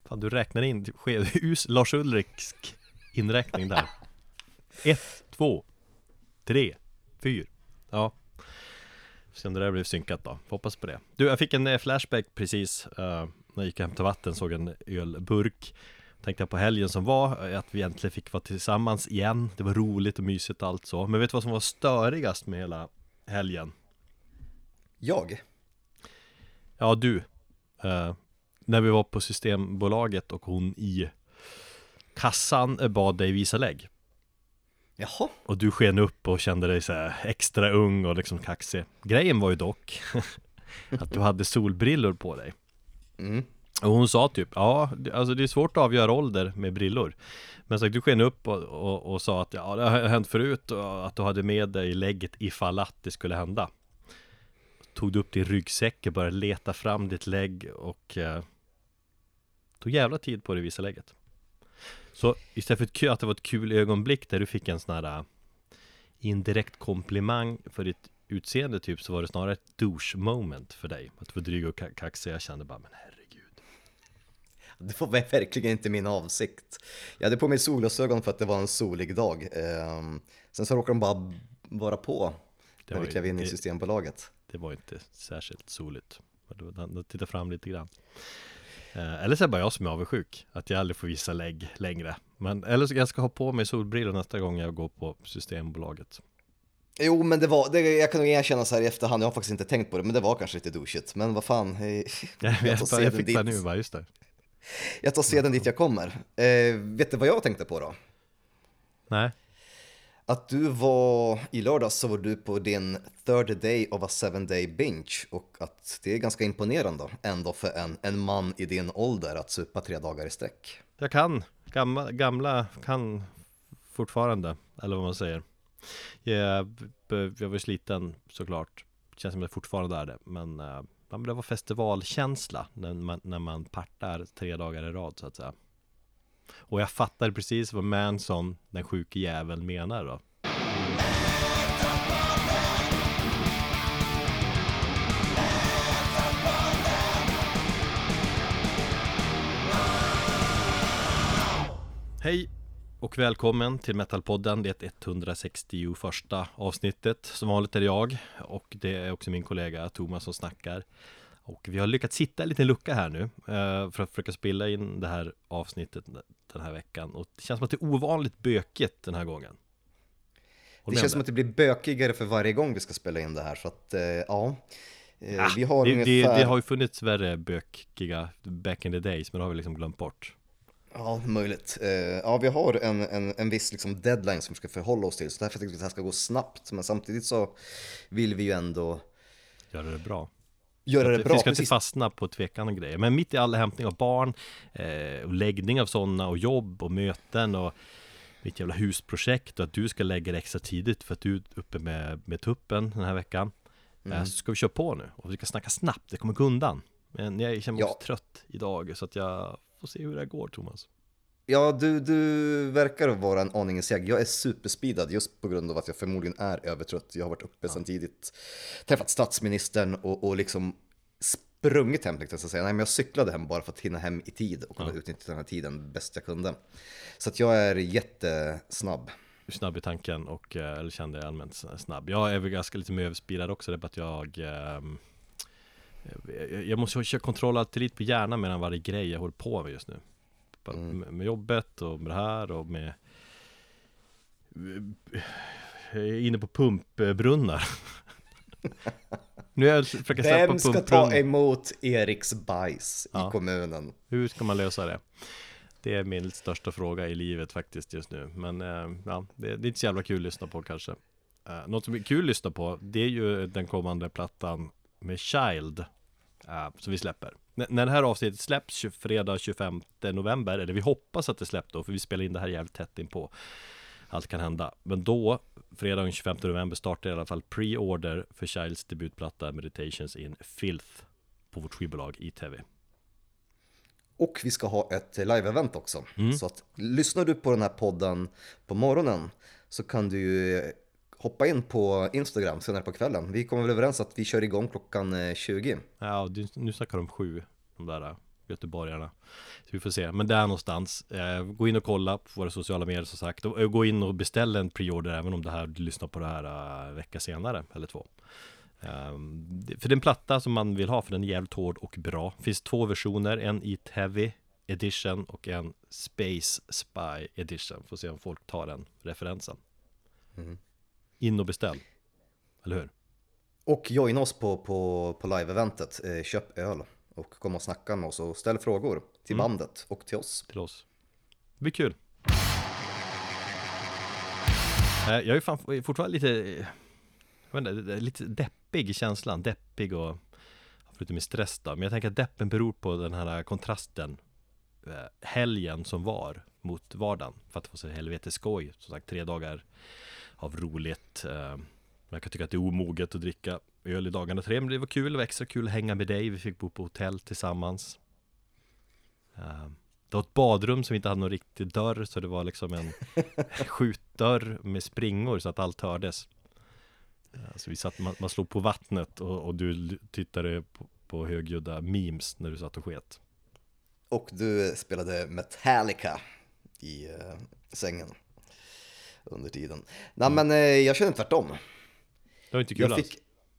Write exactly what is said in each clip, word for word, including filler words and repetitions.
Fan, du räknar in us Lars Ulriks inräkning där. Ett, två, tre, fyra. Ja. Se om det där blev synkat då. Hoppas på det. Du, jag fick en eh, flashback precis uh, när jag gick hem till vatten, såg en ölburk. Tänkte jag på helgen som var, att vi äntligen fick vara tillsammans igen. Det var roligt och mysigt och allt så. Men vet du vad som var störigast med hela helgen? Jag? Ja, du. Uh, när vi var på Systembolaget och hon i kassan bad dig visa lägg. Jaha. Och du sken upp och kände dig så här extra ung och liksom kaxig. Grejen var ju dock att du hade solbrillor på dig. Mm. Och hon sa typ, ja, alltså det är svårt att avgöra ålder med brillor. Men så du sken upp och, och, och sa att ja, det har hänt förut och att du hade med dig lägget ifall att det skulle hända. Tog du upp din ryggsäck och började leta fram ditt lägg och eh, tog jävla tid på det visa lägget. Så istället för att det var ett kul ögonblick där du fick en sån här uh, indirekt komplimang för ditt utseende typ, så var det snarare ett douche moment för dig. Att du var dryg och kaxig. Jag kände bara, men herregud. Det var verkligen inte min avsikt. Jag hade på mig solglasögon för att det var en solig dag. Ehm, sen så råkade de bara vara på Det när var vi klev in det, i Systembolaget. Det var inte särskilt soligt. Titta fram lite grann. Eller så är det bara jag som är avundsjuk att jag aldrig får visa lägg längre. Men eller så jag ska ha på mig solbrillor nästa gång jag går på Systembolaget. Jo, men det var, det, jag kan nog erkänna så här i efterhand, jag har faktiskt inte tänkt på det, men det var kanske lite douchigt. Men vad fan, jag, jag, jag, jag, jag fick det nu, va? Just det. Jag tar sedan dit jag kommer. Eh, vet du vad jag tänkte på då? Nej. Att du var, i lördags så var du på din third day of a seven day binge. Och att det är ganska imponerande ändå för en, en man i din ålder att supa tre dagar i sträck. Jag kan, gamla, gamla kan fortfarande, eller vad man säger. Jag, jag var sliten såklart, det känns som att jag fortfarande är det. Men äh, det var festivalkänsla när man, när man partar tre dagar i rad så att säga. Och jag fattar precis vad Manson, den sjuke jäveln, menar då. Hej och välkommen till Metalpodden. Det är ett etthundrasextioförsta avsnittet. Som vanligt är det jag och det är också min kollega Thomas som snackar. Och vi har lyckats hitta en liten lucka här nu för att försöka spela in det här avsnittet den här veckan. Och det känns som att det är ovanligt bökigt den här gången. Håll det känns det? Som att det blir bökigare för varje gång vi ska spela in det här. Så att, eh, ja, eh, ja vi har det, ungefär... det, det har ju funnits värre bökiga back in the days, men det har vi liksom glömt bort. Ja, möjligt. Eh, ja, vi har en, en, en viss liksom deadline som vi ska förhålla oss till. Så därför tycker vi att det här ska gå snabbt. Men samtidigt så vill vi ju ändå... Göra det bra. Göra det bra. Vi ska precis. inte fastna på tvekande grejer. Men mitt i all hämtning av barn eh, och läggning av sådana och jobb och möten och mitt jävla husprojekt och att du ska lägga det extra tidigt för att du är uppe med, med tuppen den här veckan. Mm. Eh, så ska vi köra på nu och vi ska snacka snabbt. Det kommer gå undan. Men jag känner mig ja. också trött idag så att jag får se hur det går, Thomas. Ja, du, du verkar vara en aning seg. Jag är superspeedad just på grund av att jag förmodligen är övertrött. Jag har varit uppe ja. sedan tidigt, träffat statsministern och, och liksom sprungit hem, tänkte jag säga. Nej, men jag cyklade hem bara för att hinna hem i tid och kunna ja. utnyttja den här tiden bäst jag kunde. Så att jag är jättesnabb. Snabb i tanken och eller kände jag allmänt snabb. Jag är väl ganska lite mer överspirad också. Det är bara att jag eh, jag måste köra kontroll alltid lite på hjärnan medan varje grej jag håller på med just nu. Mm. Med, med jobbet och med det här och med jag är inne på pumpbrunnar. Nu är jag försöker sätta Vem ska ta emot Eriks bajs ja. i kommunen? Hur ska man lösa det? Det är min största fråga i livet faktiskt just nu. Men eh, ja, det, det är inte så jävla kul att lyssna på kanske. eh, Något som är kul att lyssna på, det är ju den kommande plattan med Child eh, som vi släpper. N- när det här avsnittet släpps fredag tjugofemte november, eller vi hoppas att det släpps då, för vi spelar in det här jävligt tätt in på. Allt kan hända. Men då, fredag den tjugofemte november, startar i alla fall pre-order för Childs debutplatta Meditations in Filth på vårt skivbolag I T V. Och vi ska ha ett live-event också. Mm. Så att lyssnar du på den här podden på morgonen så kan du ju hoppa in på Instagram senare på kvällen. Vi kommer väl överens att vi kör igång klockan tjugo. Ja, nu snackar de sju. De där göteborgarna. Så vi får se, men där någonstans eh, gå in och kolla på våra sociala medier som sagt, och, och gå in och beställa en pre-order även om det här, du lyssnar på det här uh, vecka senare eller två. Um, för den platta som man vill ha, för den är jävligt hård och bra. Finns två versioner, en Eat Heavy Edition och en Space Spy Edition. Får se om folk tar den referensen. Mm. In och beställ, eller hur? Och joina oss på, på, på live-eventet, eh, köp öl och kom och snacka med oss och ställ frågor till Mm. bandet och till oss. Till oss. Det blir kul. Eh, Jag är fan fortfarande lite, jag vet inte, lite deppig i känslan. Deppig och förutom med stress då. Men jag tänker att deppen beror på den här kontrasten eh, helgen som var mot vardagen. För att det var så helvete skoj. Som sagt, tre dagar av roligt. Eh, man kan tycka att det är omoget att dricka öl i dagarna tre. Men det var kul, det var extra kul att hänga med dig. Vi fick bo på hotell tillsammans. Eh, Det var ett badrum som inte hade någon riktig dörr, så det var liksom en skjutdörr med springor så att allt hördes. Så vi satt, man, man slog på vattnet och, och du tittade på, på högljudda memes när du satt och sket. Och du spelade Metallica i eh, sängen under tiden. Nej Mm. men eh, jag känner tvärtom. Det var inte kul Jag fick...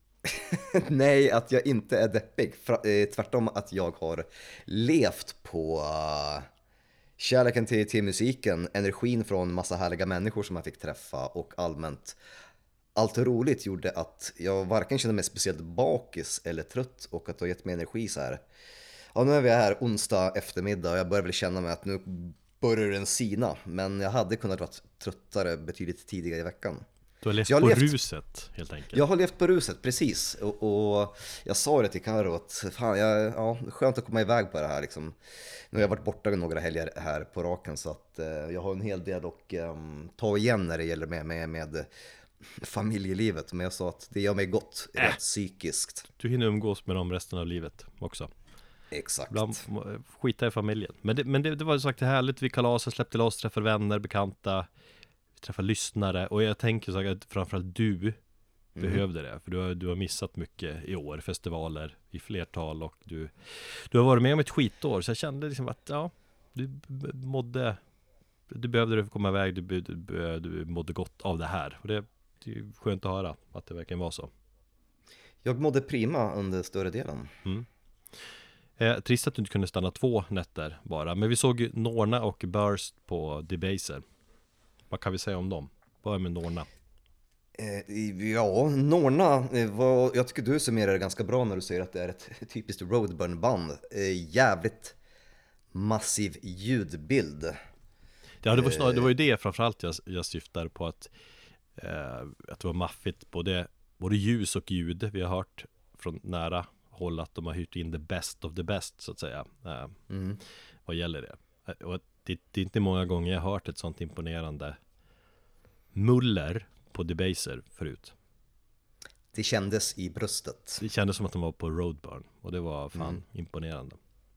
Nej, att jag inte är deppig. Fra- eh, tvärtom att jag har levt på uh, kärleken till, till musiken, energin från massa härliga människor som jag fick träffa och allmänt allt roligt gjorde att jag varken kände mig speciellt bakis eller trött och att det har gett mig energi så här. Ja, nu är vi här onsdag eftermiddag och jag börjar väl känna mig att nu börjar den sina, men jag hade kunnat vara tröttare betydligt tidigare i veckan. Du har levt Så jag på har levt- ruset helt enkelt. Jag har levt på ruset, precis. Och, och jag sa det till Karo att fan, jag, ja, skönt att komma iväg på det här liksom. Nu har jag varit borta några helger här på raken så att eh, jag har en hel del att eh, ta igen när det gäller med, med, med familjelivet. Men jag sa att det gör mig gott Äh. rent psykiskt. Du hinner umgås med dem resten av livet också. Exakt. Ibland skita i familjen. Men det, men det, det var ju sagt härligt. Vi kalasade, släppte loss, träffade vänner, bekanta. Vi träffade lyssnare. Och jag tänker så att framförallt du mm. behövde det. För du har, du har missat mycket i år. Festivaler i flertal. Och du, du har varit med om ett skitår. Så jag kände liksom att ja, du mådde... Du behövde det för att komma iväg. Du, du, du mådde gott av det här. Och det, det är skönt att höra att det verkligen var så. Jag mådde prima under större delen. Mm. Eh, trist att du inte kunde stanna två nätter bara. Men vi såg ju Norna och Burst på Debaser. Vad kan vi säga om dem? Vad är med Norna? Eh, ja, Norna, eh, vad, jag tycker du summerar det ganska bra när du säger att det är ett typiskt roadburn-band. Eh, jävligt massiv ljudbild. Ja, det var, snarare, det var ju det framförallt jag, jag syftar på att, eh, att det var maffigt. Både, både ljus och ljud. Vi har hört från nära håll att de har hyrt in the best of the best så att säga. Eh, Mm. Vad gäller det. Och det, det är inte många gånger jag har hört ett sånt imponerande muller på Debaser förut. Det kändes i bröstet. Det kändes som att de var på Roadburn. Och det var fan Mm. imponerande.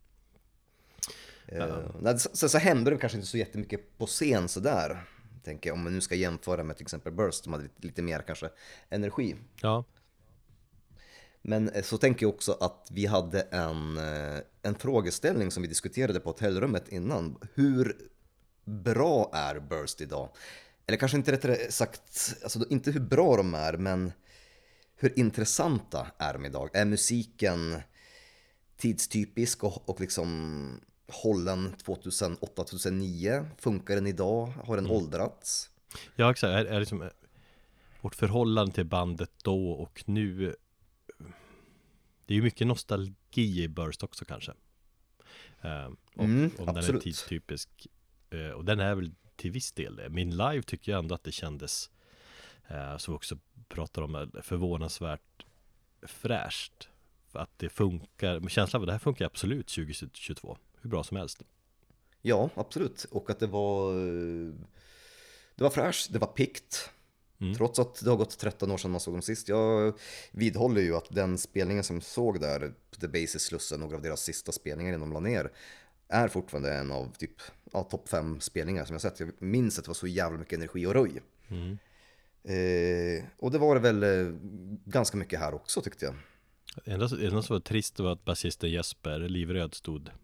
Eh, nej, så, så hände det kanske inte så jättemycket på scen sådär. Tänker jag, om man nu ska jämföra med till exempel Burst som hade lite, lite mer kanske energi. Ja. Men eh, så tänker jag också att vi hade en, eh, en frågeställning som vi diskuterade på hotellrummet innan. Hur bra är Burst idag? Eller kanske inte rättare sagt, alltså inte hur bra de är, men hur intressanta är de idag? Är musiken tidstypisk och, och liksom hållen tjugohundraåtta tjugohundranio? Funkar den idag? Har den mm. åldrats? Ja, exakt. Är, är liksom vårt förhållande till bandet då och nu. Det är ju mycket nostalgi i Burst också kanske. Uh, och, mm, om den är tidstypisk. Uh, och den är väl till viss del det. Min live tycker jag ändå att det kändes, uh, som vi också pratar om, förvånansvärt fräscht. För att det funkar. Men känslan av det här funkar absolut tjugo tjugotvå. Hur bra som helst. Ja, absolut. Och att det var det var fräscht, det var pikt. Mm. Trots att det har gått tretton år sedan man såg dem sist. Jag vidhåller ju att den spelningen som såg där på The Basis Slussen, några av deras sista spelningar innan de la ner, är fortfarande en av typ ja, topp fem spelningar som jag sett. Jag minns att det var så jävla mycket energi och röj. Mm. Eh, och det var det väl eh, ganska mycket här också tyckte jag. Det enda som var trist var att basisten Jesper Livröd stod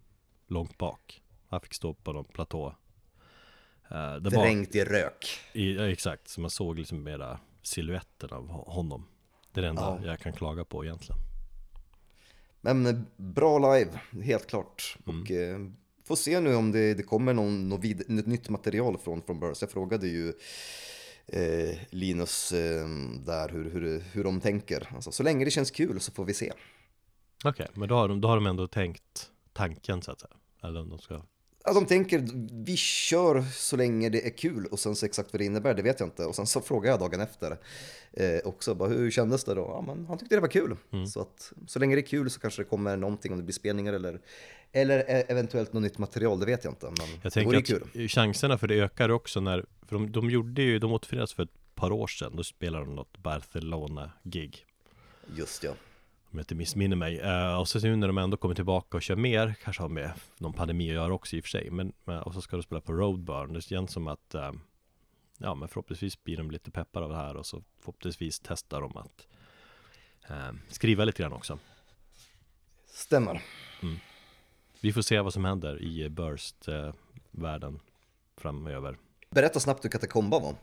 långt bak. Han fick stå på någon platå. Uh, det Dränkt i rök. I, ja, exakt, så man såg liksom mera siluetten av honom. Det är det enda Ja. jag kan klaga på egentligen. Men eh, bra live, helt klart. Mm. Och eh, får se nu om det, det kommer någon, något, vid, något nytt material från, från Burst. Jag frågade ju eh, Linus eh, där hur, hur, hur de tänker. Alltså, så länge det känns kul så får vi se. Okej, okay, men då har, de, då har de ändå tänkt tanken så att säga. Eller om de ska... Ja, de tänker, vi kör så länge det är kul, och sen så exakt vad det innebär, det vet jag inte. Och sen så frågade jag dagen efter eh, också, bara, hur kändes det då? Ja, men han tyckte det var kul. Mm. Så att så länge det är kul så kanske det kommer någonting, om det blir spelningar eller, eller eventuellt något nytt material, det vet jag inte. Men jag tänker att kul. Chanserna för det ökar också när, för de, de gjorde ju, de återförenades för ett par år sedan, då spelade de något Barcelona-gig. Just ja. Om jag inte missminner mig. Uh, och så nu när de ändå kommer tillbaka och kör mer, kanske har med någon pandemi att göra också i och för sig, men, men, och så ska de spela på Roadburn. Det känns som att uh, ja, men förhoppningsvis blir de lite peppar av det här, och så förhoppningsvis testar de att uh, skriva lite grann också. Stämmer. Mm. Vi får se vad som händer i Burst-världen uh, framöver. Berätta snabbt hur Katakomba var.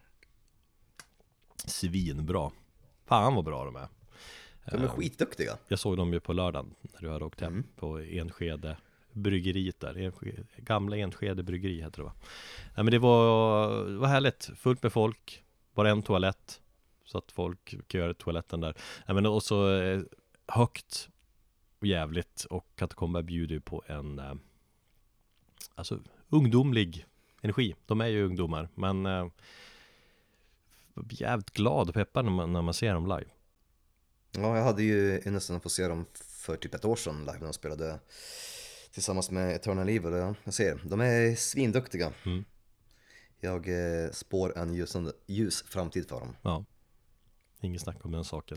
Svinbra. Fan vad bra de är. De är skitduktiga. Jag såg dem ju på lördagen när du hade åkt hem mm. på Enskede bryggeriet där. Enskede, gamla Enskede bryggeri heter det, va? Ja, men det var, det var härligt. Fullt med folk. Bara en toalett. Så att folk köade toaletten där. Ja, men också eh, högt och jävligt. Och Katakomba bjuder på en eh, alltså ungdomlig energi. De är ju ungdomar. Men eh, jävligt glad och peppad när man, när man ser dem live. Ja, jag hade ju nästan fått se dem för typ ett år sedan live när de spelade tillsammans med Eternal Evil. Jag ser, de är svinduktiga. Mm. Jag eh, spår en ljus, ljus framtid för dem. Ja, ingen snack om den saken.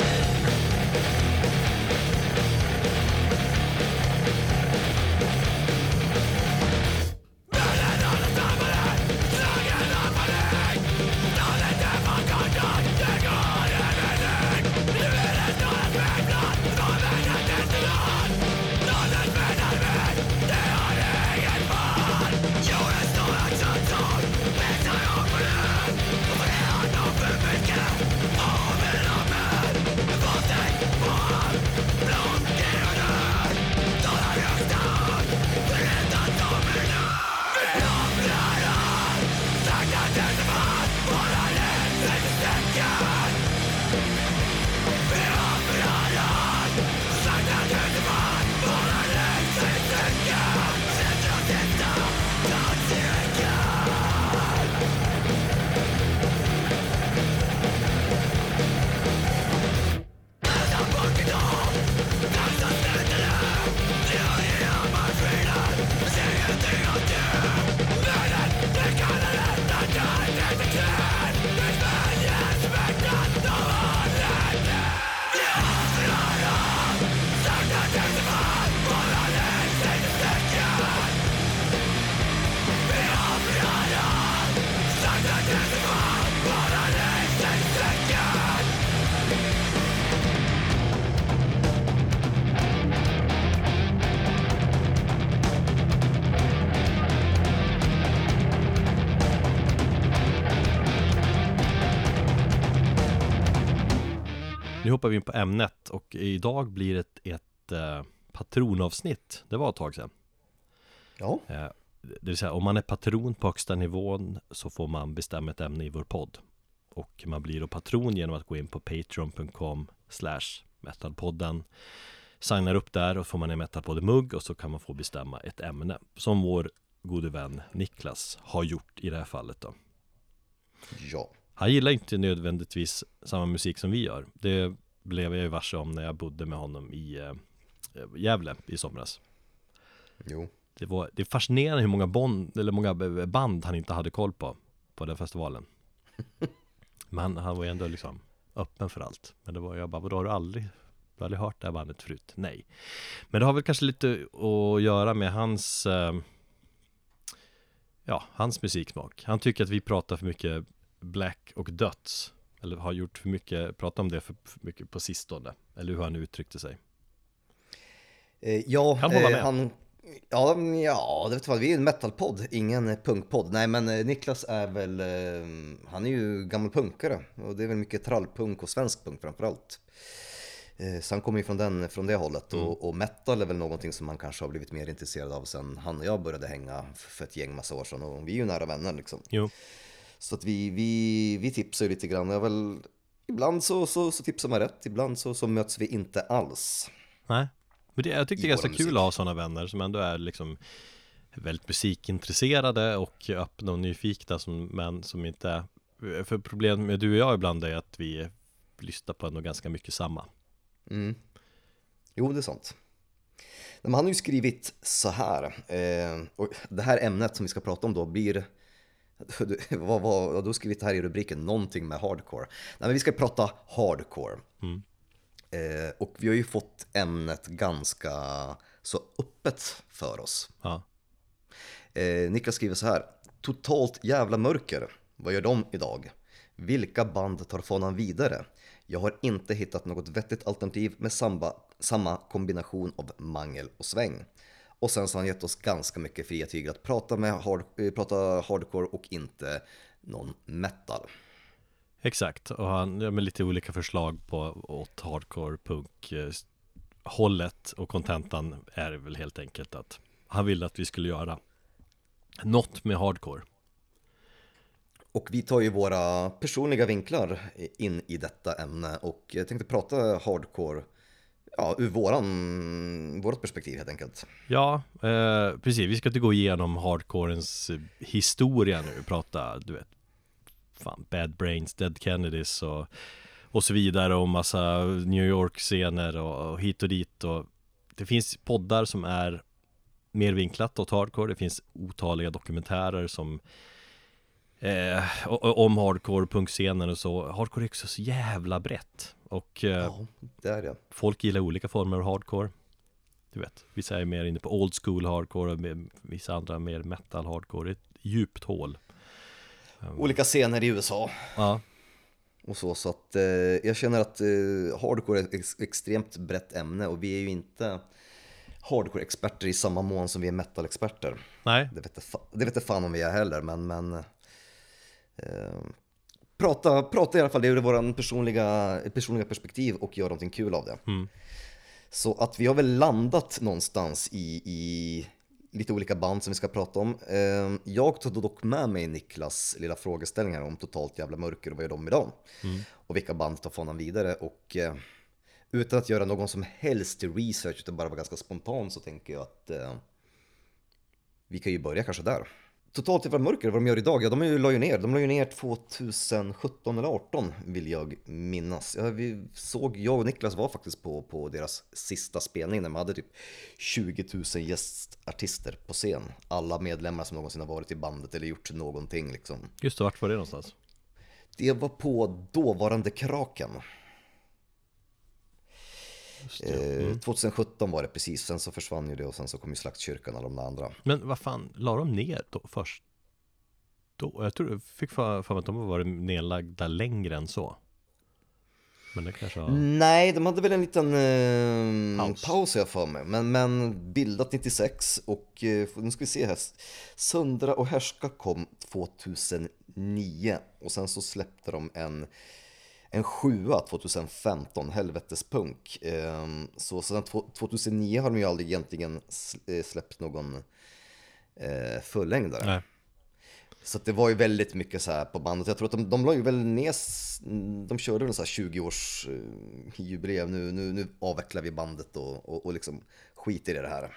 Nu hoppar vi in på ämnet och idag blir det ett, ett uh, patronavsnitt. Det var ett tag sedan. Ja. Uh, det vill säga, om man är patron på högsta nivån så får man bestämma ett ämne i vår podd. Och man blir då patron genom att gå in på patreon punkt com slash metalpodden. Signar upp där och får man en Metalpodden-mugg och så kan man få bestämma ett ämne. Som vår gode vän Niklas har gjort i det här fallet då. Ja. Han gillar inte nödvändigtvis samma musik som vi gör. Det blev jag ju varse om när jag bodde med honom i eh, Gävle i somras. Jo. Det, var, det är fascinerande hur många, bond, eller många band han inte hade koll på på den festivalen. Men han var ju ändå liksom öppen för allt. Men det var jag bara, vadå, har du aldrig, du har aldrig hört det här bandet förut? Nej. Men det har väl kanske lite att göra med hans eh, ja, hans musiksmak. Han tycker att vi pratar för mycket black och döds, eller har gjort för mycket, pratat om det för, för mycket på sistone, eller hur han uttryckte sig. Eh, ja, han, eh, han, Ja, ja, det vet vad, vi är en metalpodd, ingen punkpodd. Nej, men eh, Niklas är väl, eh, han är ju gammal punkare och det är väl mycket trallpunk och svensk punk framförallt. Eh, så han kommer ju från, den, från det hållet Mm. och, och metal är väl någonting som man kanske har blivit mer intresserad av sen han och jag började hänga för ett gäng massa år sedan och vi är ju nära vänner liksom. Jo. Så att vi, vi, vi tipsar ju lite grann, jag väl, ibland så, så, så tipsar man rätt, ibland så, så möts vi inte alls. Nej. Men det, jag tycker det är I ganska vår kul musik. att ha sådana vänner som ändå är liksom väldigt musikintresserade och öppna och nyfikna som, men som inte är, för problemet med du och jag ibland är att vi lyssnar på ändå ganska mycket samma. Mm. Jo, det är sant. Men han har ju skrivit så här, eh, och det här ämnet som vi ska prata om då blir, vad, vad, du har skrivit här i rubriken, någonting med hardcore. Nej, men vi ska prata hardcore. Mm. Eh, och vi har ju fått ämnet ganska så öppet för oss. Ja. Eh, Niklas skriver så här, totalt jävla mörker, vad gör de idag? Vilka band tar fanan vidare? Jag har inte hittat något vettigt alternativ med samma, samma kombination av mangel och sväng. Och sen så har han gett oss ganska mycket fria tyglar att prata, med hard, eh, prata hardcore och inte någon metal. Exakt, och han ja, med lite olika förslag på åt hardcore punk eh, hållet, och kontentan är väl helt enkelt att han ville att vi skulle göra något med hardcore. Och vi tar ju våra personliga vinklar in i detta ämne och jag tänkte prata hardcore, ja, ur våran, vårat perspektiv helt enkelt. Ja, eh, precis, vi ska inte gå igenom hardcorens eh, historia nu, prata, du vet, fan, Bad Brains, Dead Kennedys och, och så vidare, och massa New York-scener och, och hit och dit, och det finns poddar som är mer vinklat åt hardcore, det finns otaliga dokumentärer som eh, om hardcore, punkscenen och så. Hardcore är också så jävla brett, och eh, Ja, det är det. folk gillar olika former av hardcore. Du vet, vissa är mer inne på old school hardcore och med, vissa andra mer metal hardcore. Det är ett djupt hål. Olika scener i U S A. Ja, Och så, så att eh, jag känner att eh, hardcore är ett ex- extremt brett ämne och vi är ju inte hardcore-experter i samma mån som vi är metal-experter. nej, Det vet jag, fa- det vet jag fan om vi är heller, men, men eh, prata, prata i alla fall, det är ur våran personliga, personliga perspektiv och göra någonting kul av det. mm. Så att vi har väl landat någonstans i, i lite olika band som vi ska prata om. Eh, Jag tog dock med mig Niklas lilla frågeställningar om totalt jävla mörker och vad gör de idag? Mm. Och vilka band tar fanan vidare? Och eh, utan att göra någon som helst research, utan bara vara ganska spontan, så tänker jag att eh, vi kan ju börja kanske där. Totalt jävla mörker, vad de gör idag? Ja, de är ju la ju ner. De la ju ner tjugosjutton eller arton vill jag minnas. Ja, vi såg, jag och Niklas var faktiskt på, på deras sista spelning när man hade typ tjugo tusen gästartister på scen. Alla medlemmar som någonsin har varit i bandet eller gjort någonting liksom. Just det, vart var det någonstans? Det var på dåvarande Kraken. Just det. Mm. Eh, tjugosjutton var det precis, sen så försvann ju det och sen så kom ju Slaktkyrkan och de andra. Men vad fan, la de ner då först? Då? Jag tror jag fick för, för att de har varit nedlagda längre än så. Men det kanske har... Nej, de hade väl en liten eh, Paus. paus jag för mig, men, men bildat nittiosex och eh, nu ska vi se här. Söndra och härska kom tjugohundranio och sen så släppte de en en sjua tjugofemton, Helvetespunk. Eh, så sedan tjugohundranio har de ju aldrig egentligen släppt någon eh, fullängdare. Nej. Så att det var ju väldigt mycket så här på bandet. Jag tror att de, de la ju väl ner, de körde väl så här tjugo års eh, jubileum. Nu, nu, nu avvecklar vi bandet och, och, och liksom skiter i det här.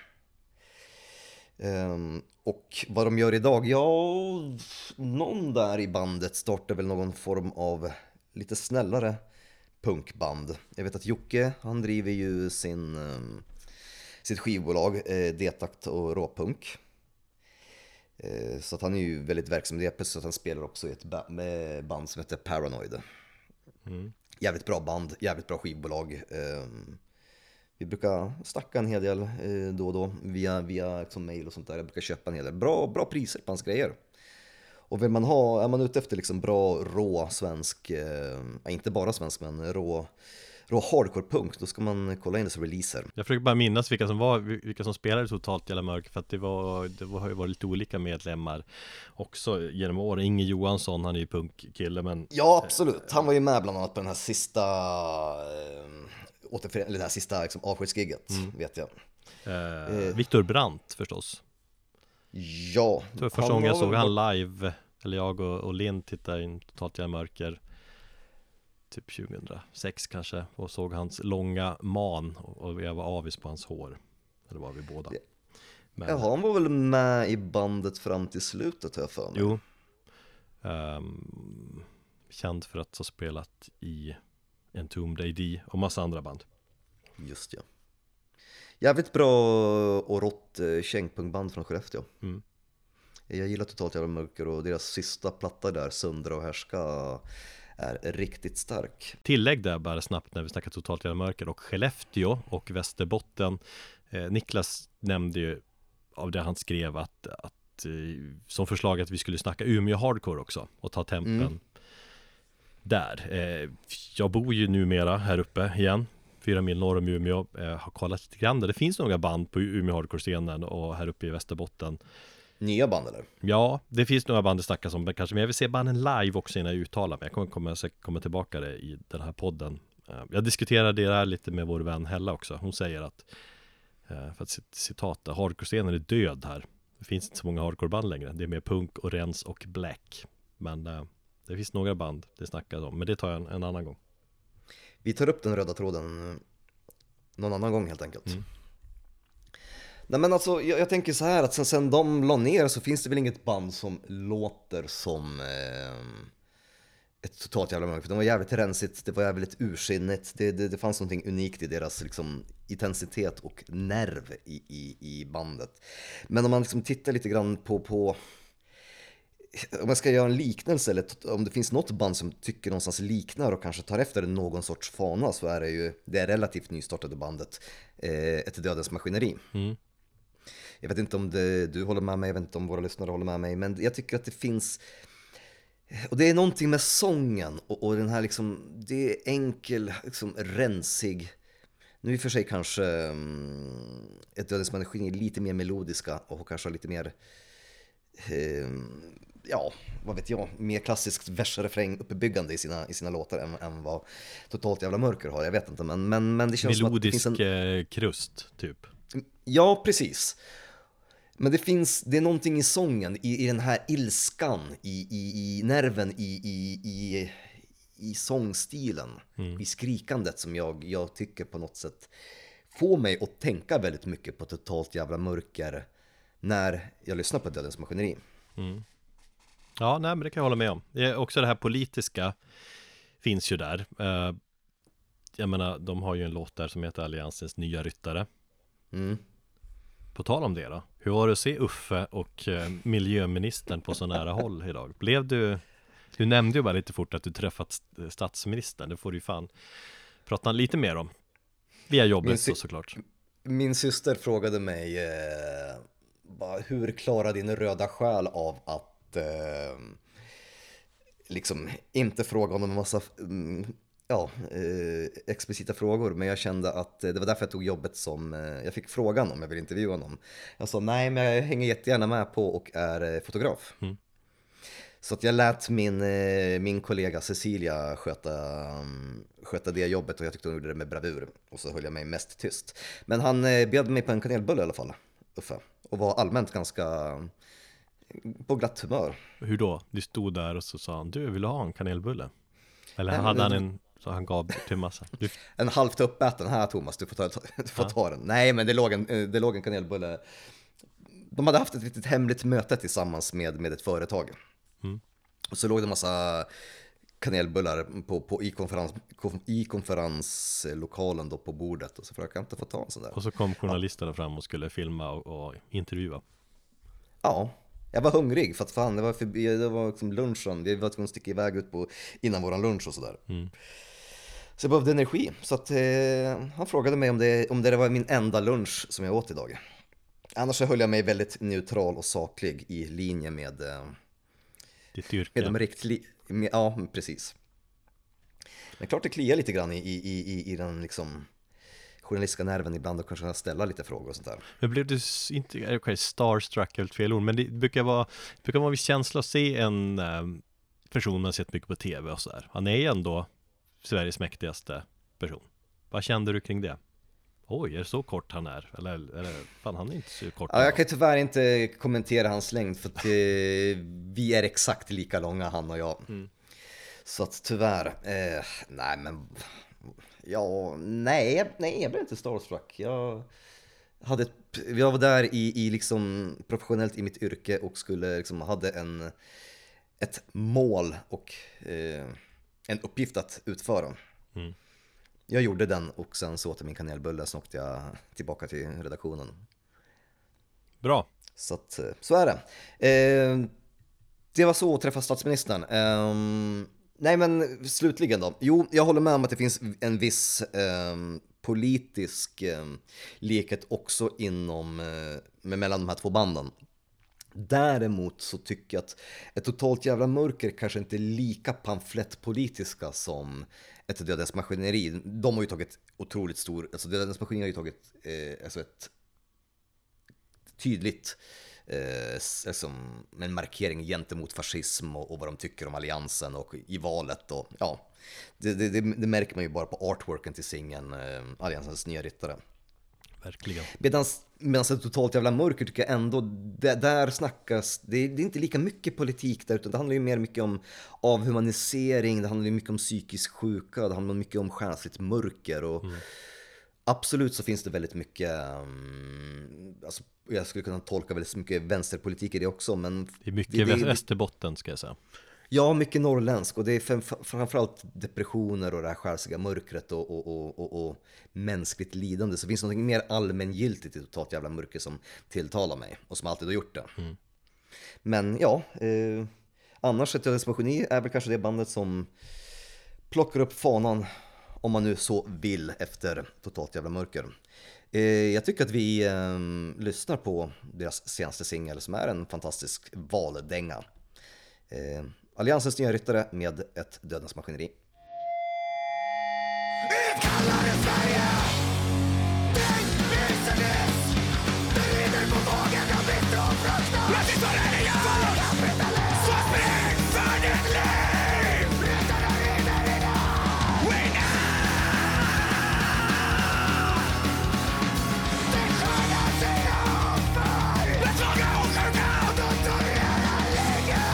Um, och vad de gör idag? Ja, någon där i bandet startar väl någon form av lite snällare punkband. Jag vet att Jocke, han driver ju sin, um, sitt skivbolag, eh, D-takt och råpunk. Så att han är ju väldigt verksam i det, så att han spelar också i ett ba- med band som heter Paranoid. Mm. Jävligt bra band, jävligt bra skivbolag. Vi brukar snacka en hel del då och då via, via liksom mail och sånt där. Jag brukar köpa en hel del. Bra, bra priser på hans grejer. Och vill man ha, är man ute efter liksom bra, rå svensk, inte bara svensk men rå, rå hardcore-punk, då ska man kolla in dess releaser. Jag försöker bara minnas vilka som var, vilka som spelade Totalt Jävla Mörker, för att det var, det var, har ju varit lite olika medlemmar också genom åren. Inge Johansson, han är ju punkkille, men Ja, absolut. Han var ju med bland annat på den här sista eh, återföreningen, eller det här sista liksom, avskedsgigget, mm. vet jag. eh, eh. Viktor Brandt förstås. Ja. Det var första gången jag såg han live, eller jag och, och Linn tittade in Totalt Jävla Mörker typ tjugohundrasex kanske, och såg hans långa man, och jag var avis på hans hår. Eller var vi båda. Men... Ja, han var väl med i bandet fram till slutet, har jag för mig. Jo. Um, känd för att ha spelat i Entombed A D och massa andra band. Just ja. Jävligt bra och rått kängpungband från Skellefteå. Mm. Jag gillar Totalt Jävla Mörker, och deras sista platta där, Söndra och härska, är riktigt stark. Tillägg där bara snabbt när vi snackar Totalt Jävla Mörker och Skellefteå och Västerbotten. eh, Niklas nämnde ju av det han skrev att, att eh, som förslag att vi skulle snacka Umeå hardcore också och ta tempen mm. där. eh, Jag bor ju numera här uppe igen, fyra mil norr om Umeå. eh, Har kollat lite grann där. Det finns några band på Umeå hardcore-scenen och här uppe i Västerbotten. Nya band eller? Ja, det finns några band det snackas om kanske, men jag vill se banden live också innan jag uttalar mig. Jag kommer komma, komma tillbaka det i den här podden. Jag diskuterade det här lite med vår vän Hella också. Hon säger att, för att citat, hardcore-scenen är död här. Det finns inte så många hardcore-band längre. Det är mer punk och rens och black. Men det finns några band det snackas om, men det tar jag en, en annan gång. Vi tar upp den röda tråden någon annan gång helt enkelt. Mm. Nej men alltså, jag, jag tänker så här att sen, sen de la ner så finns det väl inget band som låter som eh, ett Totalt Jävla Mörker. De var jävligt rensigt, det var jävligt ursinnigt, det, det, det fanns någonting unikt i deras liksom, intensitet och nerv i, i, i bandet. Men om man liksom tittar lite grann på, på om jag ska göra en liknelse, eller om det finns något band som tycker någonstans liknar och kanske tar efter någon sorts fana, så är det ju det relativt nystartade bandet eh, Ett Dödens Maskineri. Mm. Jag vet inte om det, du håller med mig, jag vet inte om våra lyssnare håller med mig, men jag tycker att det finns, och det är någonting med sången och, och den här liksom, det är enkel, liksom rensig. Nu i och för sig kanske um, Ett Dödens Maskineri lite mer melodiska och kanske lite mer um, ja, vad vet jag, mer klassiskt vers-refräng uppbyggande i sina, i sina låtar än, än vad Totalt Jävla Mörker har, jag vet inte, men, men, men det känns melodisk som att det finns en... krust, typ. Ja, precis. Men det finns, det är någonting i sången, i, i den här ilskan, i, i, i nerven, i, i, i, i sångstilen, mm. i skrikandet som jag, jag tycker på något sätt får mig att tänka väldigt mycket på Totalt Jävla Mörker när jag lyssnar på Dödens Maskineri. Mm. Ja, nej, men det kan jag hålla med om. Det är också det här politiska finns ju där. Uh, jag menar, de har ju en låt där som heter Alliansens nya ryttare. Mm. På tal om det då, hur var det att se Uffe och uh, miljöministern på så nära håll idag? Blev du, du nämnde ju bara lite fort att du träffat statsministern. Det får du ju fan prata lite mer om. Via jobbet sy- så, såklart. Min syster frågade mig eh, bara, hur klarar din röda själ av att Eh, liksom inte fråga om en massa mm, ja, eh, explicita frågor, men jag kände att eh, det var därför jag tog jobbet som eh, jag fick frågan om jag vill intervjua någon. Jag sa nej, men jag hänger jättegärna med på och är eh, fotograf. Mm. Så att jag lät min, eh, min kollega Cecilia sköta, um, sköta det jobbet, och jag tyckte hon gjorde det med bravur, och så höll jag mig mest tyst. Men han eh, bjöd mig på en kanelbulle i alla fall, Uffe, och var allmänt ganska på glatt humör. Hur då? Du stod där och så sa han, du, vill du ha en kanelbulle? Eller Nej, hade han en, så han gav till massa? Du... En halvt uppäten, här Thomas, du får ta, du får ja. ta den. Nej, men det låg, en, det låg en kanelbulle. De hade haft ett litet hemligt möte tillsammans med, med ett företag. Mm. Och så låg det en massa kanelbullar på, på, i, konferens, i konferenslokalen då på bordet. Och så försökte jag inte få ta en sån där. Och så kom journalisterna ja. fram och skulle filma och, och intervjua. Ja. Jag var hungrig för att fan, det var, förbi, det var liksom lunchen. Vi var tvungna att sticka iväg ut på innan våran lunch och sådär. Mm. Så jag behövde energi. Så att, eh, han frågade mig om det, om det var min enda lunch som jag åt idag. Annars så höll jag mig väldigt neutral och saklig i linje med, eh, Ditt yrke. med de riktli- med, ja, precis. Men klart det kliar lite grann i, i, i, i den liksom journalistiska nerven ibland och kanske ställa lite frågor och sånt där. Men blev du s- inte, okej, okay, starstruck är väl fel ord, men det brukar vara, det brukar vara en viss känsla att se en um, person man sett mycket på tv och sådär. Han är ju ändå Sveriges mäktigaste person. Vad kände du kring det? Oj, är det så kort han är? Eller, eller fan, han är inte så kort. Ja, jag kan tyvärr inte kommentera hans längd för att eh, vi är exakt lika långa, han och jag. Mm. Så att tyvärr, eh, nej men, ja, nej, nej, jag blev inte starstruck. Jag hade, ett, jag var där i, i liksom professionellt i mitt yrke och skulle liksom, hade en, ett mål och eh, en uppgift att utföra. Mm. Jag gjorde den och sen så åt jag min kanelbulle, så åkte jag tillbaka till redaktionen. Bra. Så att, så är det. Eh, det var så att träffa statsministern. Eh, nej men slutligen då. Jo, jag håller med om att det finns en viss eh, politisk eh, likhet också inom, eh, med mellan de här två banden. Däremot så tycker jag att ett totalt jävla mörker kanske inte är lika pamflettpolitiska som ett Dödens maskineri. De har ju tagit otroligt stor, alltså Dödens maskineri har ju tagit eh, alltså ett tydligt eh, liksom, en markering gentemot fascism och, och vad de tycker om alliansen och i valet och ja, det, det, det, det märker man ju bara på artworken till singeln eh, Alliansens nya ryttare. Verkligen. Medan Medan ett totalt jävla mörker tycker jag ändå, där, där snackas, det, det är inte lika mycket politik där, utan det handlar ju mer mycket om avhumanisering, det handlar ju mycket om psykisk sjuka, det handlar mycket om själsligt mörker och mm. absolut så finns det väldigt mycket, um, alltså, jag skulle kunna tolka väldigt mycket vänsterpolitik i det också, men det är mycket det, det, Västerbotten ska jag säga. Ja, mycket norrländsk, och det är framförallt depressioner och det här själsliga mörkret och, och, och, och, och mänskligt lidande. Så finns det något mer allmängiltigt i totalt jävla mörker som tilltalar mig och som alltid har gjort det. Mm. Men ja, eh, annars ett Dödens maskineri är väl kanske det bandet som plockar upp fanan, om man nu så vill, efter totalt jävla mörker. Eh, jag tycker att vi eh, lyssnar på deras senaste singel som är en fantastisk valdänga. Eh, Alliansens nya ryttare med ett Dödens maskineri. Ett kallare Sverige, tänk business. Det rider på vågen av bitter och fruktan. Plötsligt var det igen, så spring för ditt liv. Ryttarna rider idag, we know. Det sköna sina offer, det svaga och sjuka, och då tar era ligga.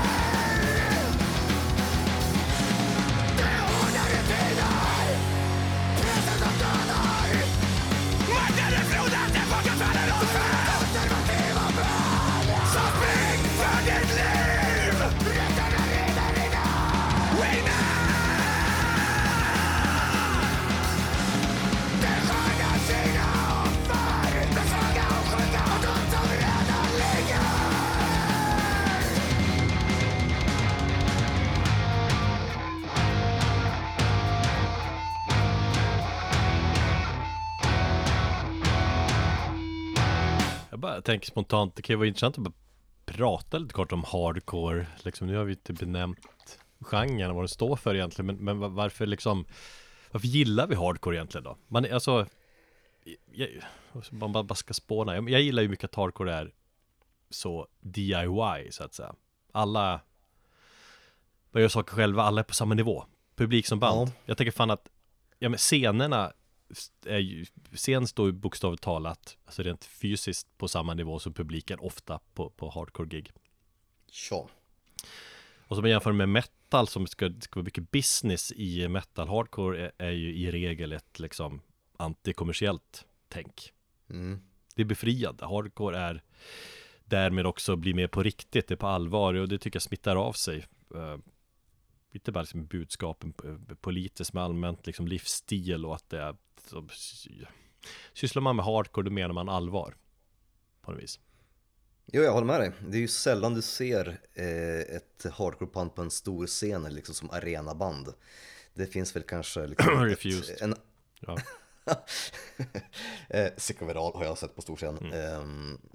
Jag tänker spontant, det kan ju vara intressant att bara prata lite kort om hardcore. Liksom, nu har vi inte benämnt genren och vad det står för egentligen. Men, men varför liksom, varför gillar vi hardcore egentligen då? Man, alltså, jag, man bara ska spåna. Jag, jag gillar ju mycket att hardcore är så D I Y så att säga. Alla vad gör saker själva, alla är på samma nivå. Publik som band. Ja. Jag tänker fan att ja, men scenerna är ju, scen står ju bokstavligt talat, alltså rent fysiskt på samma nivå som publiken ofta på, på hardcore-gig. Ja. Och som man jämför med metal som ska, ska vara mycket business i metal, hardcore är, är ju i regel ett liksom antikommersiellt tänk. Mm. Det är befriande. Hardcore är därmed också blir mer på riktigt, det är på allvar och det tycker jag smittar av sig. Uh, inte bara liksom budskapen politiskt med allmänt liksom livsstil och att det är så, sysslar man med hardcore då menar man allvar på något vis. Jo, jag håller med dig. Det är ju sällan du ser eh, ett hardcore-band på en stor scen liksom som arenaband. Det finns väl kanske liksom Refused. Ett, en... Ja. eh, Sick of it all har jag sett på stor scen. Mm. Eh,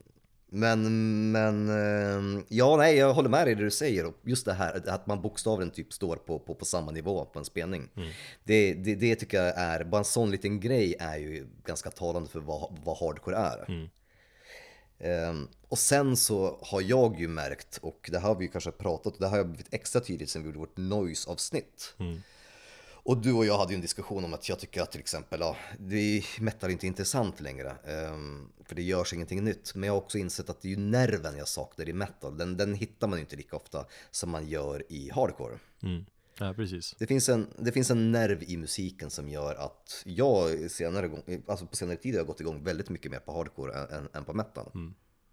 Men, men, eh, ja nej jag håller med dig det du säger. Och just det här att man bokstavligen typ står på, på, på samma nivå på en spelning. Mm. Det, det, det tycker jag är, bara en sån liten grej är ju ganska talande för vad, vad hardcore är. Mm. Um, och sen så har jag ju märkt, och det har vi ju kanske pratat, och det har jag blivit extra tydligt sen vi gjorde vårt noise-avsnitt. Mm. Och du och jag hade ju en diskussion om att jag tycker att till exempel, ja, det metal inte intressant längre. Um, för det görs ingenting nytt. Men jag har också insett att det är ju nerven jag saknar i metal. Den, den hittar man ju inte lika ofta som man gör i hardcore. Mm. Ja, precis. Det finns, en, det finns en nerv i musiken som gör att jag senare, alltså på senare tid har jag gått igång väldigt mycket mer på hardcore än, än på metal. Mm.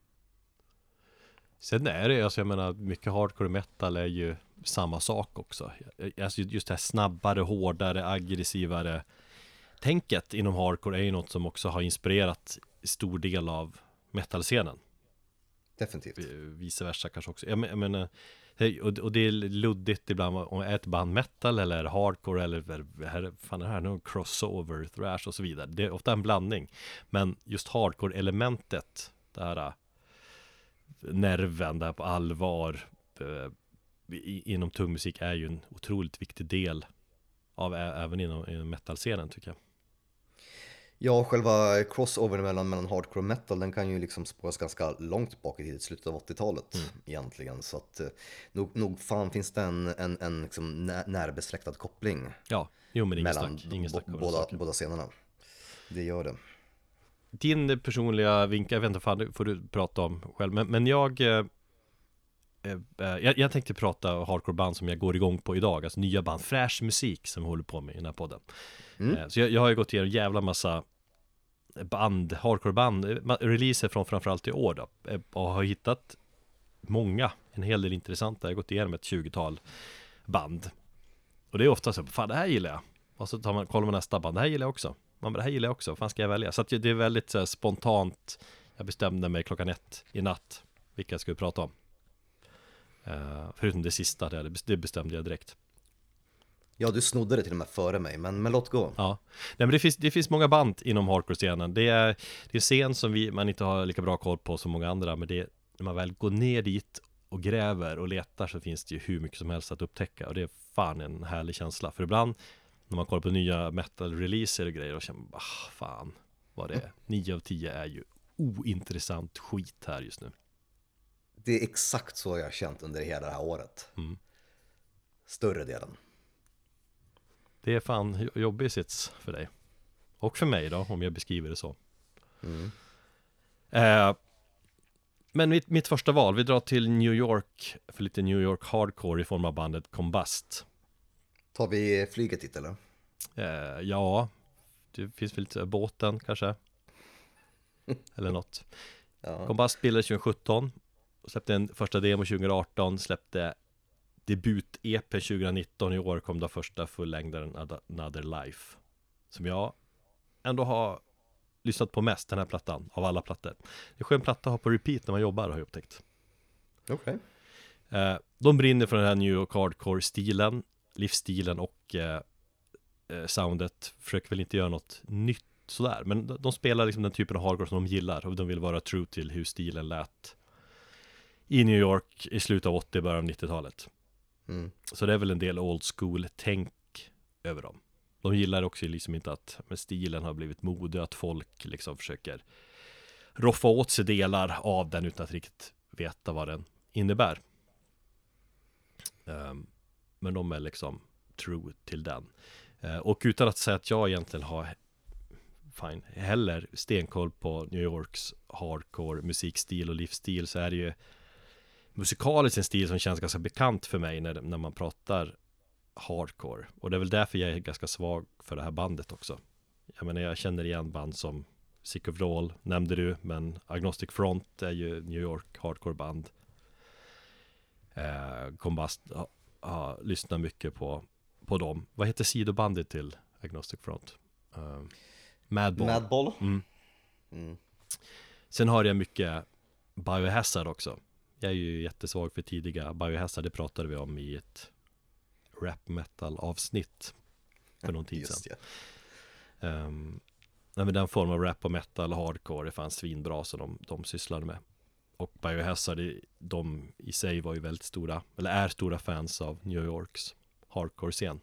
Sen är det, alltså jag menar, mycket hardcore metal är ju samma sak också. Alltså just det här snabbare, hårdare, aggressivare tänket inom hardcore är ju något som också har inspirerat stor del av metalscenen. Definitivt. Vice versa kanske också. Jag menar, och det är luddigt ibland om är ett band metal eller hardcore eller här, fan är det här nu crossover, thrash och så vidare. Det är ofta en blandning. Men just hardcore-elementet, det här nerven där på allvar eh, inom tung musik är ju en otroligt viktig del av även inom, inom metal-scenen tycker jag. Ja, själva crossovern mellan, mellan hardcore och metal, den kan ju liksom spåras ganska långt bak i tiden, slutet av åttiotalet mm. egentligen. Så att eh, nog, nog fan finns det en, en, en liksom närbesläktad koppling. Ja, jo, men ingen mellan snack, ingen snack båda, båda scenerna. Det gör det. Din personliga vinkel, jag vet inte, fan, får du prata om själv. Men, men jag, eh, eh, jag jag tänkte prata hardcore-band som jag går igång på idag. Alltså nya band, fräsch musik som jag håller på med i den här podden. Mm. Eh, så jag, jag har ju gått igenom en jävla massa band, hardcore-band, releaser från framförallt i år då. Och har hittat många, en hel del intressanta. Jag har gått igenom ett tjugotal band. Och det är ofta så, fan det här gillar jag. Och så tar man, kollar man nästa band, det här gillar jag också. Man bara, det här gillar jag också, vad fan ska jag välja? Så att det är väldigt så här, spontant. Jag bestämde mig klockan ett i natt vilka jag skulle prata om. uh, Förutom det sista, det, det bestämde jag direkt. Ja, du snodde det till och med före mig, men, men låt gå. Ja, nej, men det finns, det finns många band inom hardcore-scenen. Det är, det är en scen som vi, man inte har lika bra koll på som många andra. Men det är, när man väl går ner dit och gräver och letar så finns det ju hur mycket som helst att upptäcka. Och det är fan en härlig känsla. För ibland när man kollar på nya metal-releaser och grejer och känner, ah, fan, vad det är. Nio av tio är ju ointressant skit här just nu. Det är exakt så jag har känt under hela det här året. Mm. Större delen. Det är fan jobbig sits för dig. Och för mig då, om jag beskriver det så. Mm. Eh, men mitt, mitt första val, vi drar till New York för lite New York hardcore i form av bandet Combust. Tar vi flyget hit eller? Eh, ja, det finns väl lite båten kanske. Eller något. Ja. Combust bildades tjugo sjutton. Släppte en första demo tjugo arton. Släppte debut-E P tjugo nitton. I år kom då första fullängdaren Another Life. Som jag ändå har lyssnat på mest, den här plattan, av alla plattor. Det är skön platta att ha på repeat när man jobbar, har jag upptäckt. Okej. Okay. Eh, de brinner för den här New York hardcore-stilen, livsstilen och eh, soundet. Försöker väl inte göra något nytt sådär. Men de, de spelar liksom den typen av hardcore som de gillar. Och de vill vara true till hur stilen lät i New York i slutet av åttio, början av nittiotalet. Mm. Så det är väl en del old school-tänk över dem. De gillar också liksom inte att med stilen har blivit mode, att folk liksom försöker roffa åt sig delar av den utan att riktigt veta vad den innebär. Um, men de är liksom true till den. Uh, och utan att säga att jag egentligen har fine, heller stenkoll på New Yorks hardcore musikstil och livsstil, så är det ju musikaliskt en stil som känns ganska bekant för mig när, när man pratar hardcore. Och det är väl därför jag är ganska svag för det här bandet också. Jag menar, jag känner igen band som Sick of It All, nämnde du, men Agnostic Front är ju New York hardcore band. Eh, Combust har ha, lyssnat mycket på, på dem. Vad heter sidobandet till Agnostic Front? Uh, Madball. Madball? Mm. Mm. Sen har jag mycket Biohazard också. Jag är ju jättesvag för tidiga Biohazard, det pratade vi om i ett rap metal avsnitt för någon tid sedan. Um, nej, men den form av rap och metal hardcore, det fanns svinbra så de, de sysslade med. och Biohazard, de i sig var ju väldigt stora, eller är stora fans av New Yorks hardcore-scen.